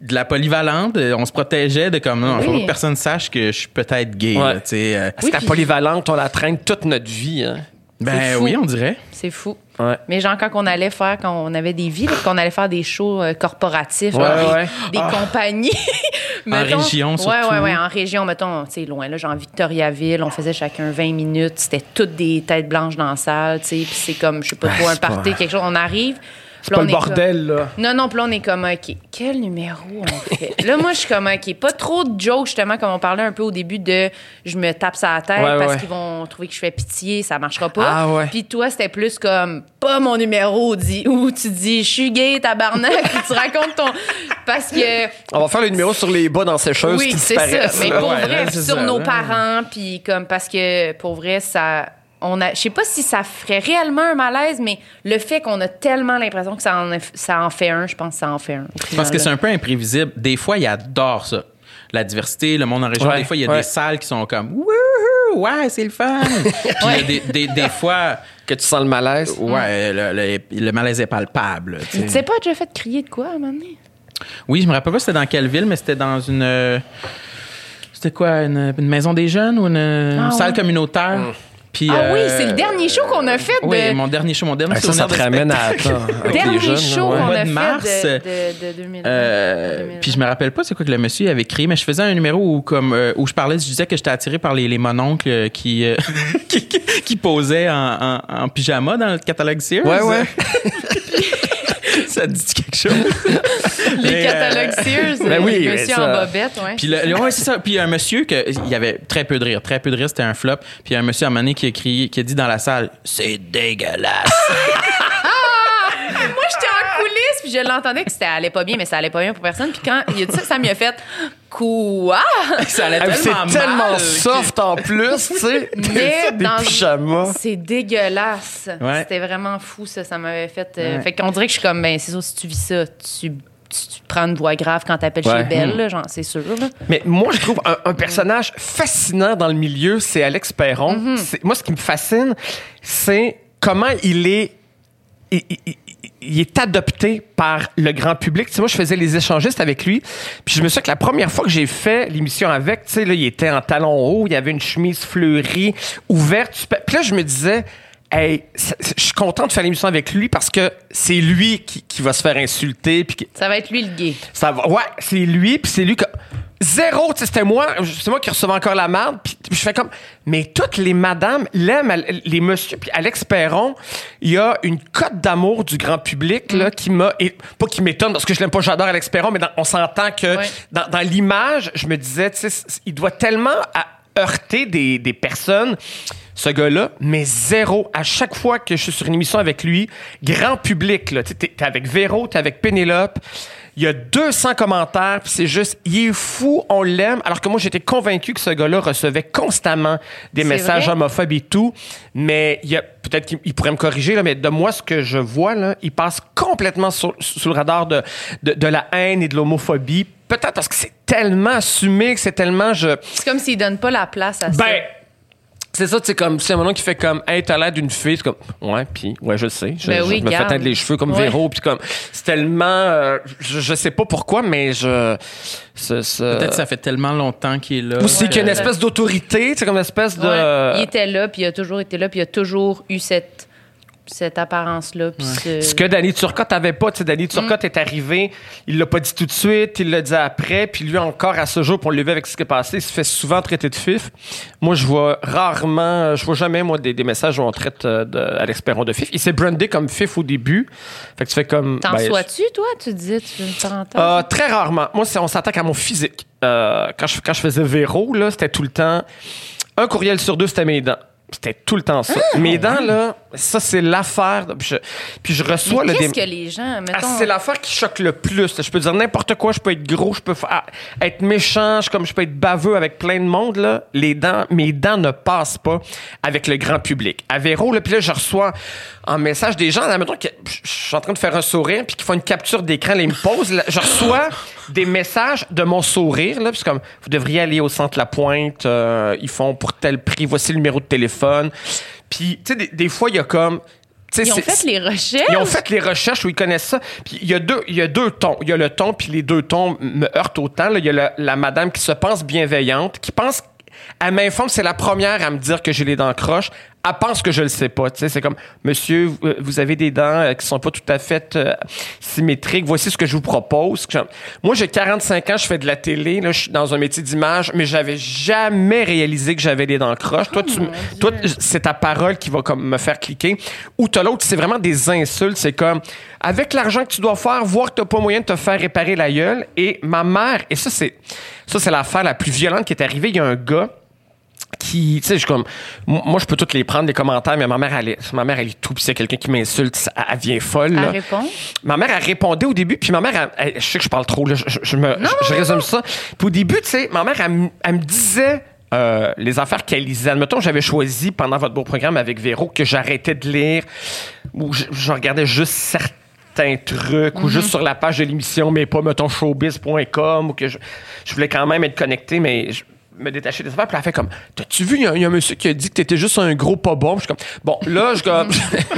de la polyvalente. On se protégeait de comme, non, il faut Oui. pas que personne sache que je suis peut-être gay. Ouais. là, tu sais, euh, Parce que la puis- polyvalente, on la traîne toute notre vie. Hein. ben fou. oui, on dirait. C'est fou. Ouais. Mais genre, quand on allait faire, quand on avait des vies, là, qu'on allait faire des shows euh, corporatifs, Ouais, là, ouais. des, des compagnies. Mettons- région, Ouais, surtout. ouais, ouais, en région, mettons, tu sais, loin, là, genre Victoriaville, on faisait chacun vingt minutes, c'était toutes des têtes blanches dans la salle, tu sais, puis c'est comme, je sais pas trop, un c'est pas- party, quelque chose, on arrive. C'est pas le bordel, là. Non, non, puis là, on est comme, OK, quel numéro on fait? Là, moi, je suis comme, OK, pas trop de jokes, justement, comme on parlait un peu au début de je me tape sur la tête Ouais, parce ouais. qu'ils vont trouver que je fais pitié, ça marchera pas. Ah, ouais. Puis toi, c'était plus comme, pas mon numéro, dit, où tu dis, je suis gay, tabarnak, puis tu racontes ton. Parce que. On va faire le numéro sur les bas dans sécheuse Oui, qui c'est ça. disparaissent. Mais là. pour Ouais, vrai, là, c'est sur ça, nos là. parents, puis comme, parce que pour vrai, ça. On a, je sais pas si ça ferait réellement un malaise, mais le fait qu'on a tellement l'impression que ça en, ça en fait un, je pense que ça en fait un. Parce que c'est un peu imprévisible. Des fois, ils adorent ça. La diversité, le monde en région. Ouais, Des fois, il y a ouais. des salles qui sont comme wouhou, ouais, c'est le fun. Puis il y a des, des, des fois, Que tu sens le malaise. ouais, le, le, le malaise est palpable. tu sais. Tu sais pas, déjà fait crier de quoi à un moment donné? Oui, je me rappelle pas c'était dans quelle ville, mais c'était dans une. euh, C'était quoi, une, une maison des jeunes ou une, une salle ouais. communautaire? Puis, Ah euh, oui, c'est le dernier show qu'on a fait de. Oui, mon dernier show, mon dernier Ah, ça, ça souvenir te de ramène à spectacle. attends, avec les dernier jeunes, show là, ouais. qu'on Mois a de fait mars, de, de, de deux mille vingt. Euh, deux mille vingt. puis je me rappelle pas c'est quoi que le monsieur avait créé, mais je faisais un numéro où comme euh, où je parlais, je disais que j'étais attiré par les, les mononcles euh, qui, euh, qui qui posaient en, en, en pyjama dans le catalogue Sears. Ouais, ouais. Ça te dit quelque chose? Les Mais, euh, catalogues Sears, ben euh, oui, les mais monsieur ça- en bobette, ouais. Puis le, le- ouais, c'est ça. Puis un monsieur que il y avait très peu de rire, très peu de rire, c'était un flop. Puis il y a un monsieur à un moment donné qui a crié, qui a dit dans la salle, c'est dégueulasse. Moi, j'étais en coulisses, puis je l'entendais que ça allait pas bien, mais ça allait pas bien pour personne. Puis quand il a dit ça, ça m'a fait quoi? Ça allait Ah, tellement c'est tellement mal soft en plus, tu sais. Mais Des dans- pyjamas. C'est dégueulasse. Ouais. C'était vraiment fou, ça. Ça m'avait fait. euh, Ouais. Fait qu'on dirait que je suis comme, ben, c'est sûr, si tu vis ça, tu, tu, tu prends une voix grave quand t'appelles Ouais. chez Belle, là, genre, c'est sûr, là. Mais moi, je trouve un, un personnage fascinant dans le milieu, c'est Alex Perron. Mm-hmm. C'est- Moi, ce qui me fascine, c'est comment il est. Il, il- il- il est adopté par le grand public. Tu sais, moi, je faisais les échangistes avec lui. Puis je me souviens que la première fois que j'ai fait l'émission avec, tu sais, là, il était en talons hauts, il y avait une chemise fleurie, ouverte. super- Puis là, je me disais, hey, c'est- c'est- je suis content de faire l'émission avec lui parce que c'est lui qui, qui va se faire insulter. Puis qui- Ça va être lui le gay. ça va. Ouais, c'est lui, puis c'est lui que. Zéro, tu sais, c'était moi. C'est moi qui recevais encore la merde. Puis puis je fais comme. Mais toutes les madames l'aiment, les messieurs. Puis Alex Perron, il y a une cote d'amour du grand public, là, qui m'a. Et pas qui m'étonne, parce que je l'aime pas, j'adore Alex Perron, mais dans- on s'entend que Ouais. dans, dans l'image, je me disais, tu sais, c- il doit tellement à- heurter des, des personnes, ce gars-là, mais zéro. À chaque fois que je suis sur une émission avec lui, grand public, là, tu sais, t'es t'es avec Véro, t'es avec Pénélope. Il y a deux cents commentaires, puis c'est juste, il est fou, on l'aime. Alors que moi, j'étais convaincu que ce gars-là recevait constamment des C'est messages vrai? homophobes et tout. Mais il y a peut-être qu'il il pourrait me corriger, là, mais de moi, ce que je vois, là, il passe complètement sur- sous le radar de, de, de la haine et de l'homophobie. Peut-être parce que c'est tellement assumé, que c'est tellement... Je... C'est comme s'il donne pas la place à ça. Ben, c'est ça, c'est comme, c'est un moment qui fait comme, hey, t'as l'air d'une fille, c'est comme, ouais, puis, ouais, je le sais. Je, Ben je oui, me fais garde. teindre les cheveux comme Ouais. Véro, puis comme, c'est tellement, euh, je, je sais pas pourquoi, mais je, ce, ce- Peut-être que ça fait tellement longtemps qu'il est là. Aussi qu'il y a une Ouais. espèce d'autorité, c'est comme une espèce de. Ouais. Il était là, puis il a toujours été là, puis il a toujours eu cette, cette apparence-là. Puis ce... Ce que Danny Turcotte avait pas, tu sais, Danny Turcotte est arrivé, il l'a pas dit tout de suite, il l'a dit après, puis lui encore à ce jour, pour le lever avec ce qui est passé, il se fait souvent traiter de fif. Moi, je vois rarement, je vois jamais, moi, des, des messages où on traite euh, de Alex Perron de fif. Il s'est brandé comme fif au début. Fait que tu fais comme. T'en ben, sois-tu, toi? Tu disais, tu veux une parenthèse? Euh, très rarement. Moi, c'est- on s'attaque à mon physique. Euh, quand, je, quand je faisais Véro, là, c'était tout le temps. Un courriel sur deux, c'était mes dents. C'était tout le temps ça. mes dents, là, ça, c'est l'affaire. de- Puis je, puis je reçois Mais le qu'est-ce dé- que les gens, mettons... Ah, c'est l'affaire qui choque le plus. Je peux dire n'importe quoi. Je peux être gros, je peux fa- être méchant, je, comme je peux être baveux avec plein de monde. Là. Les dents, mes dents ne passent pas avec le grand public. À Véro, là, puis là, je reçois en message des gens, là, mettons, que je je suis en train de faire un sourire, puis qui font une capture d'écran, là, ils me posent. Là, je reçois des messages de mon sourire. Là, puis c'est comme, vous devriez aller au centre La Pointe. Euh, ils font pour tel prix. Voici le numéro de téléphone. Puis, tu sais, des, des fois, il y a comme T'sais, ils ont fait les recherches? Ils ont fait les recherches où ils connaissent ça. Puis il y a deux, il y a deux tons. Il y a le ton, puis les deux tons me heurtent autant. Là. Il y a la, la madame qui se pense bienveillante, qui pense... Elle m'informe, c'est la première à me dire que j'ai les dents croches. Elle pense que je le sais pas. Tu sais, c'est comme, monsieur, vous avez des dents qui sont pas tout à fait euh, symétriques. Voici ce que je vous propose. Moi, j'ai quarante-cinq ans, je fais de la télé. Là, je suis dans un métier d'image, mais j'avais jamais réalisé que j'avais des dents croches. Oh, toi, tu, toi, c'est ta parole qui va comme me faire cliquer. Ou t'as l'autre, c'est vraiment des insultes. C'est comme, avec l'argent que tu dois faire, voir que t'as pas moyen de te faire réparer la gueule. Et ma mère, et ça, c'est, ça, c'est l'affaire la plus violente qui est arrivée. Il y a un gars qui, tu sais, je comme, moi, je peux toutes les prendre, les commentaires, mais ma mère, elle est, ma mère, elle est tout, puis c'est quelqu'un qui m'insulte, elle, elle vient folle, là. Elle répond? Ma mère, elle répondait au début, puis ma mère, elle, elle, je sais que je parle trop, là, je, je, je me, non, je, je résume non. ça. Puis au début, tu sais, ma mère, elle, elle me disait, euh, les affaires qu'elle lisait. Admettons, j'avais choisi pendant votre beau programme avec Véro que j'arrêtais de lire, ou je, je regardais juste certains trucs, mm-hmm. ou juste sur la page de l'émission, mais pas, mettons, showbiz point com, ou que je, je voulais quand même être connecté, mais je, me détacher des affaires, puis elle fait comme, t'as-tu vu, il y, y a un monsieur qui a dit que t'étais juste un gros pas bon. Je suis comme, bon, là, je comme...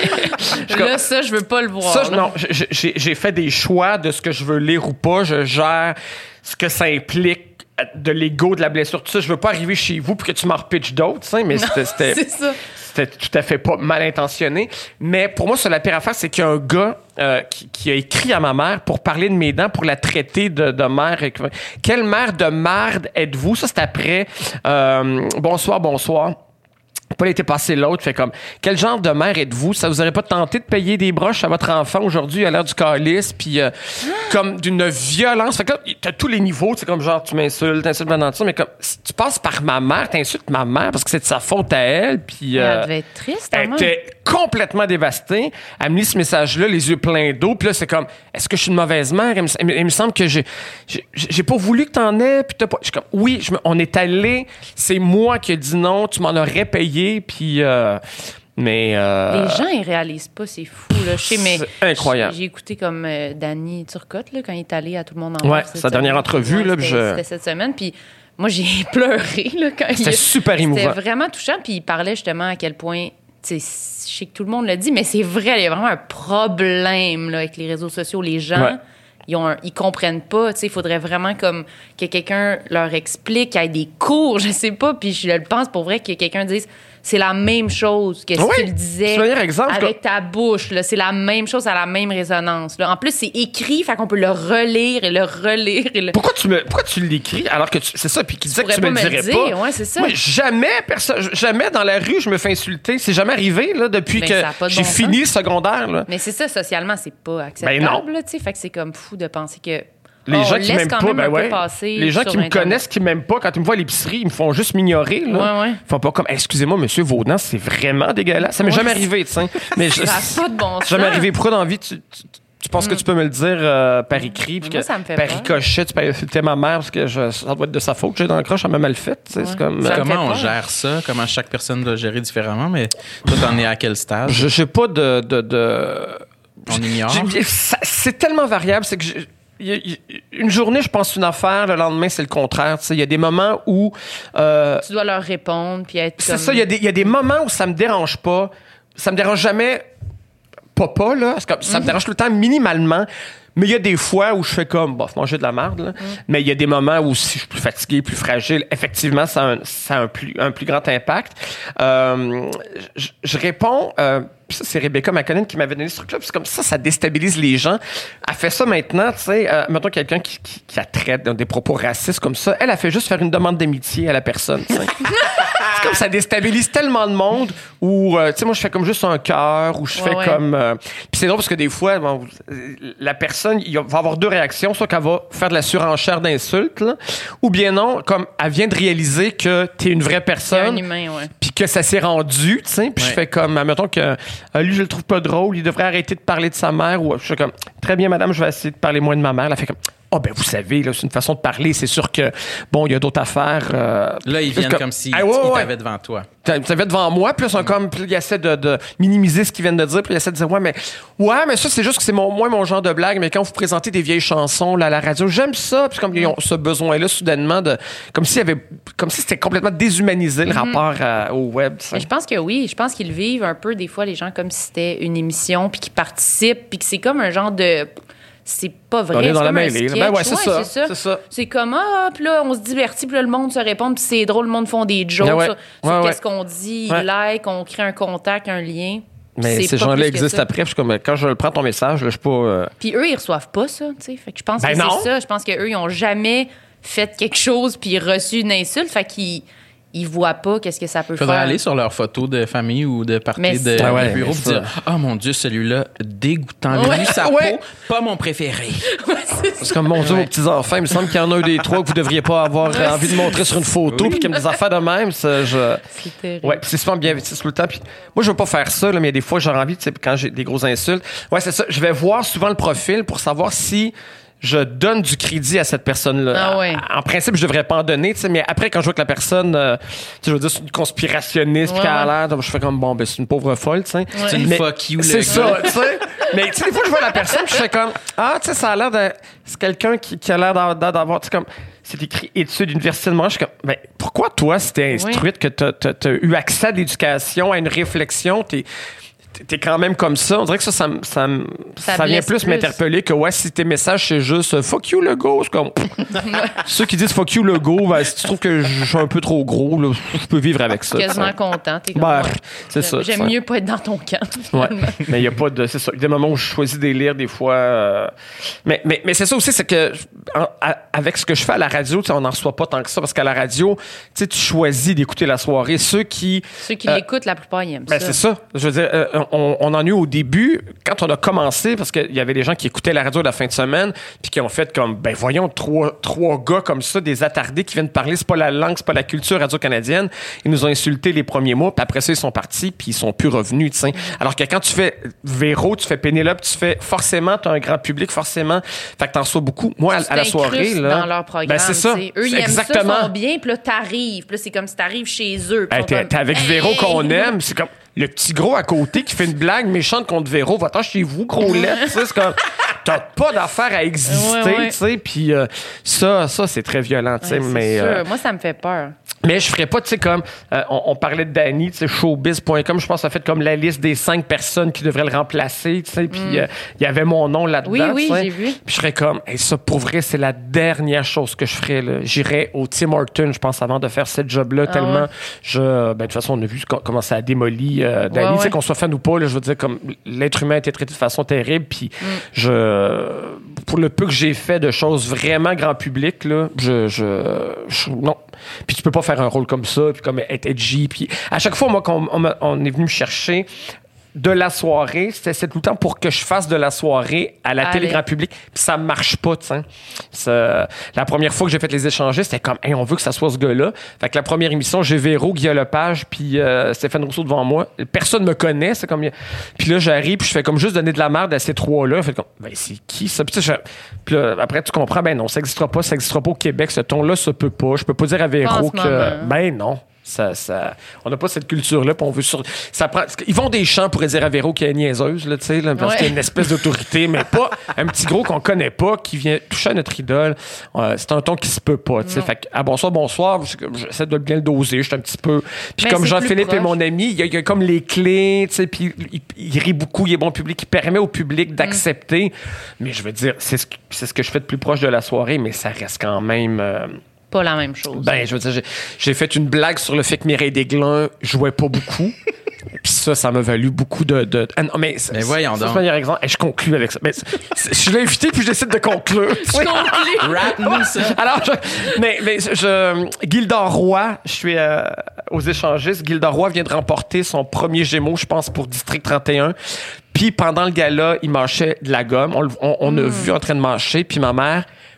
là, ça, je veux pas le voir. Ça, non, j'ai, j'ai fait des choix de ce que je veux lire ou pas. Je gère ce que ça implique de l'ego, de la blessure, tout ça. Je veux pas arriver chez vous puis que tu m'en repitches d'autres, tu sais, mais non, c'était... c'était c'est ça. C'était tout à fait pas mal intentionné. Mais pour moi, c'est la pire affaire, c'est qu'il y a un gars euh, qui, qui a écrit à ma mère pour parler de mes dents, pour la traiter de, de mère. Quelle mère de marde êtes-vous? Ça, c'est après euh, bonsoir, bonsoir. Paul était passé l'autre, fait comme, quel genre de mère êtes-vous? Ça vous aurait pas tenté de payer des broches à votre enfant aujourd'hui à l'heure du calice, puis euh, comme d'une violence. Fait que là, t'as tous les niveaux, c'est comme genre, tu m'insultes, t'insultes ma dentiste, mais comme, si tu passes par ma mère, t'insultes ma mère parce que c'est de sa faute à elle, puis... Euh, elle devait être triste, elle était complètement dévastée. Elle me lit ce message-là, les yeux pleins d'eau, puis là, c'est comme, est-ce que je suis une mauvaise mère? Il me, il me semble que j'ai, j'ai, j'ai pas voulu que t'en aies, puis t'as pas... Je suis comme, oui, je me, on est allé, c'est moi qui ai dit non, tu m'en aurais payé, puis euh, mais euh, les gens ils réalisent pas, c'est fou là. Je sais, mais c'est incroyable. J'ai, j'ai écouté comme euh, Danny Turcotte là, quand il est allé à Tout le monde en ouais, sa dernière entrevue ouais, là, c'était, je... c'était cette semaine, puis moi j'ai pleuré là quand c'était il, super émouvant. C'était vraiment touchant, puis il parlait justement à quel point, tu sais, je sais que tout le monde l'a dit, mais c'est vrai, il y a vraiment un problème là avec les réseaux sociaux, les gens. Ouais. Ils, ont un, ils comprennent pas, tu sais, il faudrait vraiment comme que quelqu'un leur explique, qu'il y ait des cours, je sais pas, puis je le pense pour vrai que quelqu'un dise c'est la même chose que ce oui, qu'il disait exemple, avec quoi. Ta bouche, là, c'est la même chose, ça a la même résonance. Là. En plus, c'est écrit, fait qu'on peut le relire et le relire. Et le... Pourquoi tu me, pourquoi tu l'écris alors que tu, c'est ça, puis qu'il disait que tu me le dirais dire, pas. Ouais, c'est ça. Moi, jamais, personne, jamais dans la rue, je me fais insulter. C'est jamais arrivé là depuis ben, que j'ai bon fini le secondaire. Là. Mais c'est ça, socialement, c'est pas acceptable. Ben non. Là, fait que c'est comme fou de penser que les oh, gens qui m'aiment pas, ben ouais. Les gens qui me Internet. connaissent, qui m'aiment pas, quand ils me voient à l'épicerie, ils me font juste m'ignorer. Là. Ouais, ouais. Ils font pas comme, excusez-moi, monsieur, vos dents, c'est vraiment dégueulasse. Ça m'est ouais, jamais arrivé, tu sais. Mais je, ça n'a pas de bon sens. Jamais arrivé. Pourquoi dans la vie, tu, tu, tu penses mm. que tu peux me le dire euh, par écrit, puis que ça me fait par ricochet, tu peux insulter ma mère parce que je, ça doit être de sa faute que j'ai dans le croche, elle m'a mal fait. Ouais. C'est comme, euh, comment on gère ça? Comment chaque personne doit gérer différemment? Mais toi, t'en es à quel stade? Je sais pas de, de, de... On ignore. Ça, c'est tellement variable, c'est que je, y a, y, une journée, je pense une affaire, le lendemain, c'est le contraire. Il y a des moments où... Euh, tu dois leur répondre, puis être C'est comme... ça, il y, y a des moments où ça me dérange pas. Ça me dérange jamais pas pas, là. Parce que ça mm-hmm. me dérange tout le temps minimalement. Mais il y a des fois où je fais comme, bof, manger de la merde, là. Mm. Mais il y a des moments où si je suis plus fatigué, plus fragile, effectivement, ça a un, ça a un, plus, un plus grand impact. Euh, je, je réponds... Euh, Puis ça, c'est Rebecca McConnell qui m'avait donné ce truc-là. Puis c'est comme ça, ça déstabilise les gens. Elle fait ça maintenant, tu sais. Euh, mettons quelqu'un qui, qui, qui la traite dans des propos racistes comme ça. Elle a fait juste faire une demande d'amitié à la personne, tu sais. C'est comme ça déstabilise tellement de monde où, euh, tu sais, moi, je fais comme juste un cœur ou je ouais, fais ouais. comme... Euh, puis c'est drôle parce que des fois, bon, la personne, il va avoir deux réactions. Soit qu'elle va faire de la surenchère d'insultes, là, ou bien non, comme elle vient de réaliser que t'es une vraie personne. Un humain, ouais. Puis que ça s'est rendu, tu sais. Puis ouais. je fais comme, mettons que euh, lui, je le trouve pas drôle, il devrait arrêter de parler de sa mère. Ou je fais comme, très bien, madame, je vais essayer de parler moins de ma mère. Elle fait comme, Ah, oh, ben, vous savez, là, c'est une façon de parler. C'est sûr que, bon, il y a d'autres affaires. Euh, là, ils viennent comme, comme s'ils ah, ouais, ouais. t'avaient devant toi. Ils t'avaient devant moi, puis là, ils sont comme, puis ils essaient de, de minimiser ce qu'ils viennent de dire, puis ils essaient de dire, ouais, mais, ouais, mais ça, c'est juste que c'est mon, moi, mon genre de blague, mais quand vous présentez des vieilles chansons, là, à la radio, j'aime ça, puis comme ils ont ce besoin-là, soudainement, de, comme s'il y avait, comme si c'était complètement déshumanisé, le mm-hmm. rapport à, au web. Mais je pense que oui, je pense qu'ils vivent un peu, des fois, les gens, comme si c'était une émission, puis qu'ils participent, puis que c'est comme un genre de. C'est pas vrai. On est dans c'est la comme un mêlée. sketch. Ben ouais, c'est, ouais, ça, c'est ça. C'est ça. C'est comme, ah, puis là, on se divertit, puis là, le monde se répond, puis c'est drôle, le monde font des jokes ouais. sur, sur ouais, qu'est-ce ouais. qu'on dit, ouais. ils like, on crée un contact, un lien. Mais c'est ces gens-là existent après. Je suis comme, quand je prends ton message, là, je suis pas. Euh... Puis eux, ils reçoivent pas ça, tu sais. Fait que je pense ben que non. c'est ça. Je pense qu'eux, ils ont jamais fait quelque chose, puis reçu une insulte. Fait qu'ils. Ils voient pas qu'est-ce que ça peut Faudrait faire. aller sur leurs photos de famille ou de partie mais de ah ouais, bureau et dire « Ah, oh, mon Dieu, celui-là, dégoûtant. Lui, ouais, sa ouais. peau, pas mon préféré. » Ouais, c'est c'est comme, mon Dieu, ouais. vos petits-enfants, il me semble qu'il y en a un des trois que vous devriez pas avoir ouais, envie de montrer sur une photo, oui. puis qu'il y a des affaires de même. Ça, je... C'est terrible. Ouais, c'est souvent bien investi tout le temps. Puis moi, je veux pas faire ça, là, mais des fois, j'ai envie, tu sais, quand j'ai des grosses insultes. Ouais, c'est ça. Je vais voir souvent le profil pour savoir si je donne du crédit à cette personne-là. Ah ouais. En principe, je devrais pas en donner, tu sais, mais après, quand je vois que la personne, euh, tu sais, je veux dire, c'est une conspirationniste, ouais, puis qu'elle ouais. a l'air, je fais comme, bon, ben, c'est une pauvre folle, tu sais. Ouais. C'est une fuck you, c'est ça, tu sais. Mais, tu sais, des fois, je vois la personne, puis je fais comme, ah, tu sais, ça a l'air de, c'est quelqu'un qui, qui a l'air d'avoir, tu sais, comme, c'est écrit études d'université de moi. Je suis comme, ben, pourquoi toi, si t'es instruite, oui. que t'as, t'as, t'as eu accès à l'éducation, à une réflexion, t'es, t'es quand même comme ça. On dirait que ça, ça, ça, ça, ça vient plus, plus m'interpeller que, ouais, si tes messages, c'est juste « fuck you, le go », c'est comme... Ceux qui disent « fuck you, le go ben, », si tu trouves que je suis un peu trop gros, là, je peux vivre avec ça. Quasiment t'sais. content. T'es comme, ben, ouais. c'est J'aime, ça. j'aime ça. mieux pas être dans ton camp. Ouais, mais il n'y a pas de... C'est ça. Des moments où je choisis des lire, des fois... Euh... Mais, mais, mais c'est ça aussi, c'est que en, à, avec ce que je fais à la radio, on n'en reçoit pas tant que ça, parce qu'à la radio, tu choisis d'écouter la soirée. Ceux qui... Ceux qui euh, l'écoutent, la plupart, ils aiment ben, ça. c'est ça. Je veux dire, euh, on, on en a eu au début, quand on a commencé, parce qu'il y avait des gens qui écoutaient la radio la fin de semaine, puis qui ont fait comme, ben voyons, trois, trois gars comme ça, des attardés qui viennent parler, c'est pas la langue, c'est pas la culture radio-canadienne. Ils nous ont insultés les premiers mois, puis après ça, ils sont partis, puis ils sont plus revenus, tu sais. Alors que quand tu fais Véro, tu fais Pénélope, tu fais forcément, tu as un grand public, forcément. Fait que t'en reçois beaucoup. Moi, à, à la soirée, là. Dans leur programme. Ben, c'est ça. T'sais. Eux, ils exactement. aiment ça, sont bien, puis là, t'arrives. Puis là, c'est comme si t'arrives chez eux. Hey, t'es, comme, t'es avec hey! Véro qu'on aime, c'est comme le petit gros à côté qui fait une blague méchante contre Véro. Va-t'en chez vous, gros lait. C'est comme, t'as pas d'affaire à exister, ouais, ouais. tu sais. Puis euh, ça, ça, c'est très violent, tu sais. Ouais, mais sûr. euh, Moi, ça me fait peur. Mais je ferais pas, tu sais, comme, euh, on, on parlait de Danny, tu sais, showbiz point com, je pense que ça fait comme la liste des cinq personnes qui devraient le remplacer, tu sais, puis il mm. euh, y avait mon nom là-dedans. Oui, oui, t'sais. j'ai vu. Puis je serais comme, hey, ça, pour vrai, c'est la dernière chose que je ferais, là. J'irais au Tim Hortons, je pense, avant de faire ce job-là, ah, tellement, ouais. je, ben, de toute façon, on a vu comment ça a démoli euh, Danny, ouais, tu sais, ouais. qu'on soit fan ou pas, là, je veux dire, comme, l'être humain a été traité de façon terrible, puis mm. je, pour le peu que j'ai fait de choses vraiment grand public, là, je, je, je non. Puis tu peux pas faire un rôle comme ça, puis comme être edgy. Puis à chaque fois, moi, qu'on on, on est venu me chercher de la soirée, c'était, c'était tout le temps pour que je fasse de la soirée à la Allez. télé grand public. Puis ça marche pas, tu sais. La première fois que j'ai fait les échangistes, c'était comme, hey, on veut que ça soit ce gars-là. Fait que la première émission, j'ai Véro, Guillaume Lepage, puis euh, Stéphane Rousseau devant moi. Personne me connaît, c'est comme. Puis là, j'arrive, puis je fais comme juste donner de la merde à ces trois-là. Fait comme, ben c'est qui ça? Puis, je... puis là, après, tu comprends, ben non, ça n'existera pas, ça n'existera pas au Québec. Ce ton-là, ça peut pas. Je peux pas dire à Véro que. Moment. Ben non. Ça, ça, on n'a pas cette culture-là, puis on veut sur. Ça prend, ils vont des champs pour dire à Véro qu'elle est niaiseuse, là, tu sais, là, parce ouais. qu'il y a une espèce d'autorité, mais pas un petit gros qu'on connaît pas, qui vient toucher à notre idole. Euh, c'est un ton qui se peut pas, tu sais. Fait que, ah, bonsoir, bonsoir, j'essaie de bien le doser, je suis un petit peu. Puis comme Jean-Philippe est mon ami, il y, a, il y a comme les clés, tu sais, puis il, il rit beaucoup, il est bon public, il permet au public d'accepter. Mm. Mais je veux dire, c'est ce, c'est ce que je fais de plus proche de la soirée, mais ça reste quand même. Euh, Pas la même chose. Ben, je veux dire, j'ai, j'ai fait une blague sur le fait que Mireille Desglin jouait pas beaucoup. Puis ça, ça m'a valu beaucoup de... de... Ah, non, mais mais voyons donc. C'est le meilleur exemple. Et je conclue avec ça. Mais je l'ai invité, puis je décide de conclure. Je conclue. Rap-nous ça. Alors, je, mais, mais je... Gilda Roy, je suis euh, aux échangistes. Gilda Roy vient de remporter son premier Gémeaux, je pense, pour District trente et un. Puis pendant le gala, il mâchait de la gomme. On, on, on mm. a vu en train de mâcher. Puis ma mère...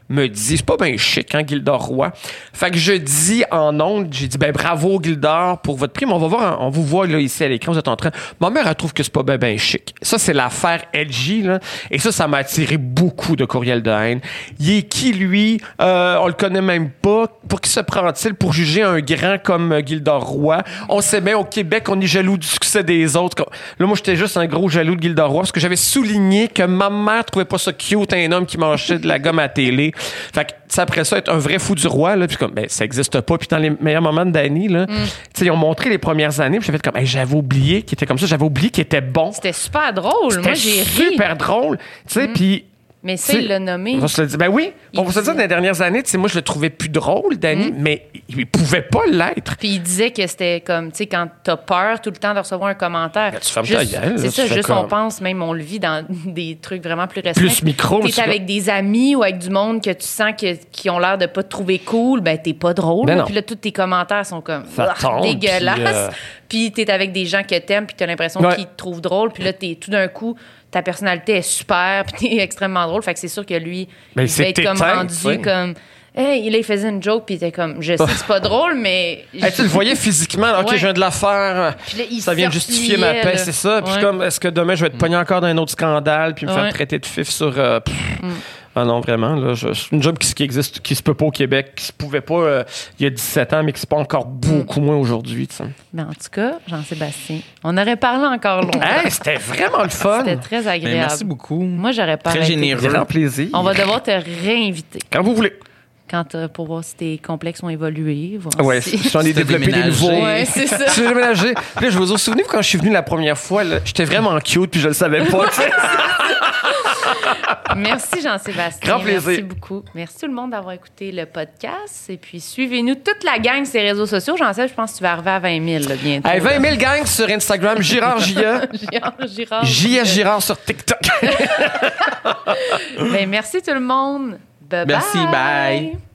me dit, c'est pas bien chic, hein, Gildor Roy. Fait que je dis en ondes, j'ai dit, ben bravo, Gildor, pour votre prix, mais on va voir, on vous voit là, ici à l'écran, vous êtes en train. Ma mère, elle trouve que c'est pas bien ben chic. Ça, c'est l'affaire edgy, là. Et ça, ça m'a attiré beaucoup de courriels de haine. Il est qui, lui? Euh, on le connaît même pas. Pour qui se prend-il pour juger un grand comme euh, Gildor Roy? On sait bien, au Québec, on est jaloux du succès des autres. Là, moi, j'étais juste un gros jaloux de Gildor Roy parce que j'avais souligné que ma mère trouvait pas ça cute, un homme qui mangeait de la gomme à la télé. Fait que, ça, après ça, être un vrai fou du roi, là, puis comme, ben, ça existe pas. Puis dans les meilleurs moments de Dany, là, mm. tu sais, ils ont montré les premières années, puis j'ai fait comme, hey, j'avais oublié qu'il était comme ça, j'avais oublié qu'il était bon. C'était super drôle. C'était Moi, j'ai ri. super drôle. Tu sais, mm. puis. Mais ça, il l'a nommé. On va se le dire. Ben oui, on va se le dire, dans les dernières années, tu sais, moi, je le trouvais plus drôle, Dany, mm. mais il pouvait pas l'être. Puis il disait que c'était comme, tu sais, quand t'as peur tout le temps de recevoir un commentaire. Ben, tu fermes ta gueule. C'est ça, juste comme... on pense, même on le vit dans des trucs vraiment plus récents. Plus micro. T'es avec comme... des amis ou avec du monde que tu sens que, qui ont l'air de pas te trouver cool, ben t'es pas drôle. Ben puis là, tous tes commentaires sont comme tombe, dégueulasses. Puis, euh... puis t'es avec des gens que t'aimes, puis t'as l'impression ouais. qu'ils te trouvent drôle. Puis là, t'es tout d'un coup... ta personnalité est super, puis t'es extrêmement drôle. Fait que c'est sûr que lui, ben, il va être comme teint, rendu t'sais. Comme... Hey, là, il faisait une joke, puis il était comme... Je sais que c'est pas drôle, mais... Hey, tu le voyais physiquement. OK, ouais. je viens de la faire. Là, ça vient de justifier ma paix, c'est ça. Puis ouais. comme, est-ce que demain, je vais être pogné encore dans un autre scandale, puis me ouais. faire traiter de fif sur... Euh, mm. Ah non, vraiment. Là, je, c'est une job qui, qui existe, qui se peut pas au Québec, qui se pouvait pas euh, il y a dix-sept ans, mais qui se peut encore beaucoup moins aujourd'hui. Mais en tout cas, Jean-Sébastien, on aurait parlé encore longtemps. Hey, c'était vraiment le fun. C'était très agréable. Mais merci beaucoup. Moi, j'aurais pas Très généreux. Grand plaisir. On va devoir te réinviter. Quand vous voulez. Quand, euh, pour voir si tes complexes ont évolué. Oui, si... j'en ai développé des nouveaux. Ouais, c'est ça. J'ai déménagé. Puis là, je vous souvenez quand je suis venu la première fois, là, j'étais vraiment cute puis je le savais pas. Merci Jean-Sébastien. Grand plaisir. Merci beaucoup. Merci tout le monde d'avoir écouté le podcast. Et puis suivez-nous toute la gang sur les réseaux sociaux. Jean-Sébastien, je pense que tu vas arriver à vingt mille là, bientôt. Hey, vingt mille gang sur Instagram. Girard J A. Girard Girard. J A Girard sur TikTok. Ben, merci tout le monde. Bye bye. Merci, bye.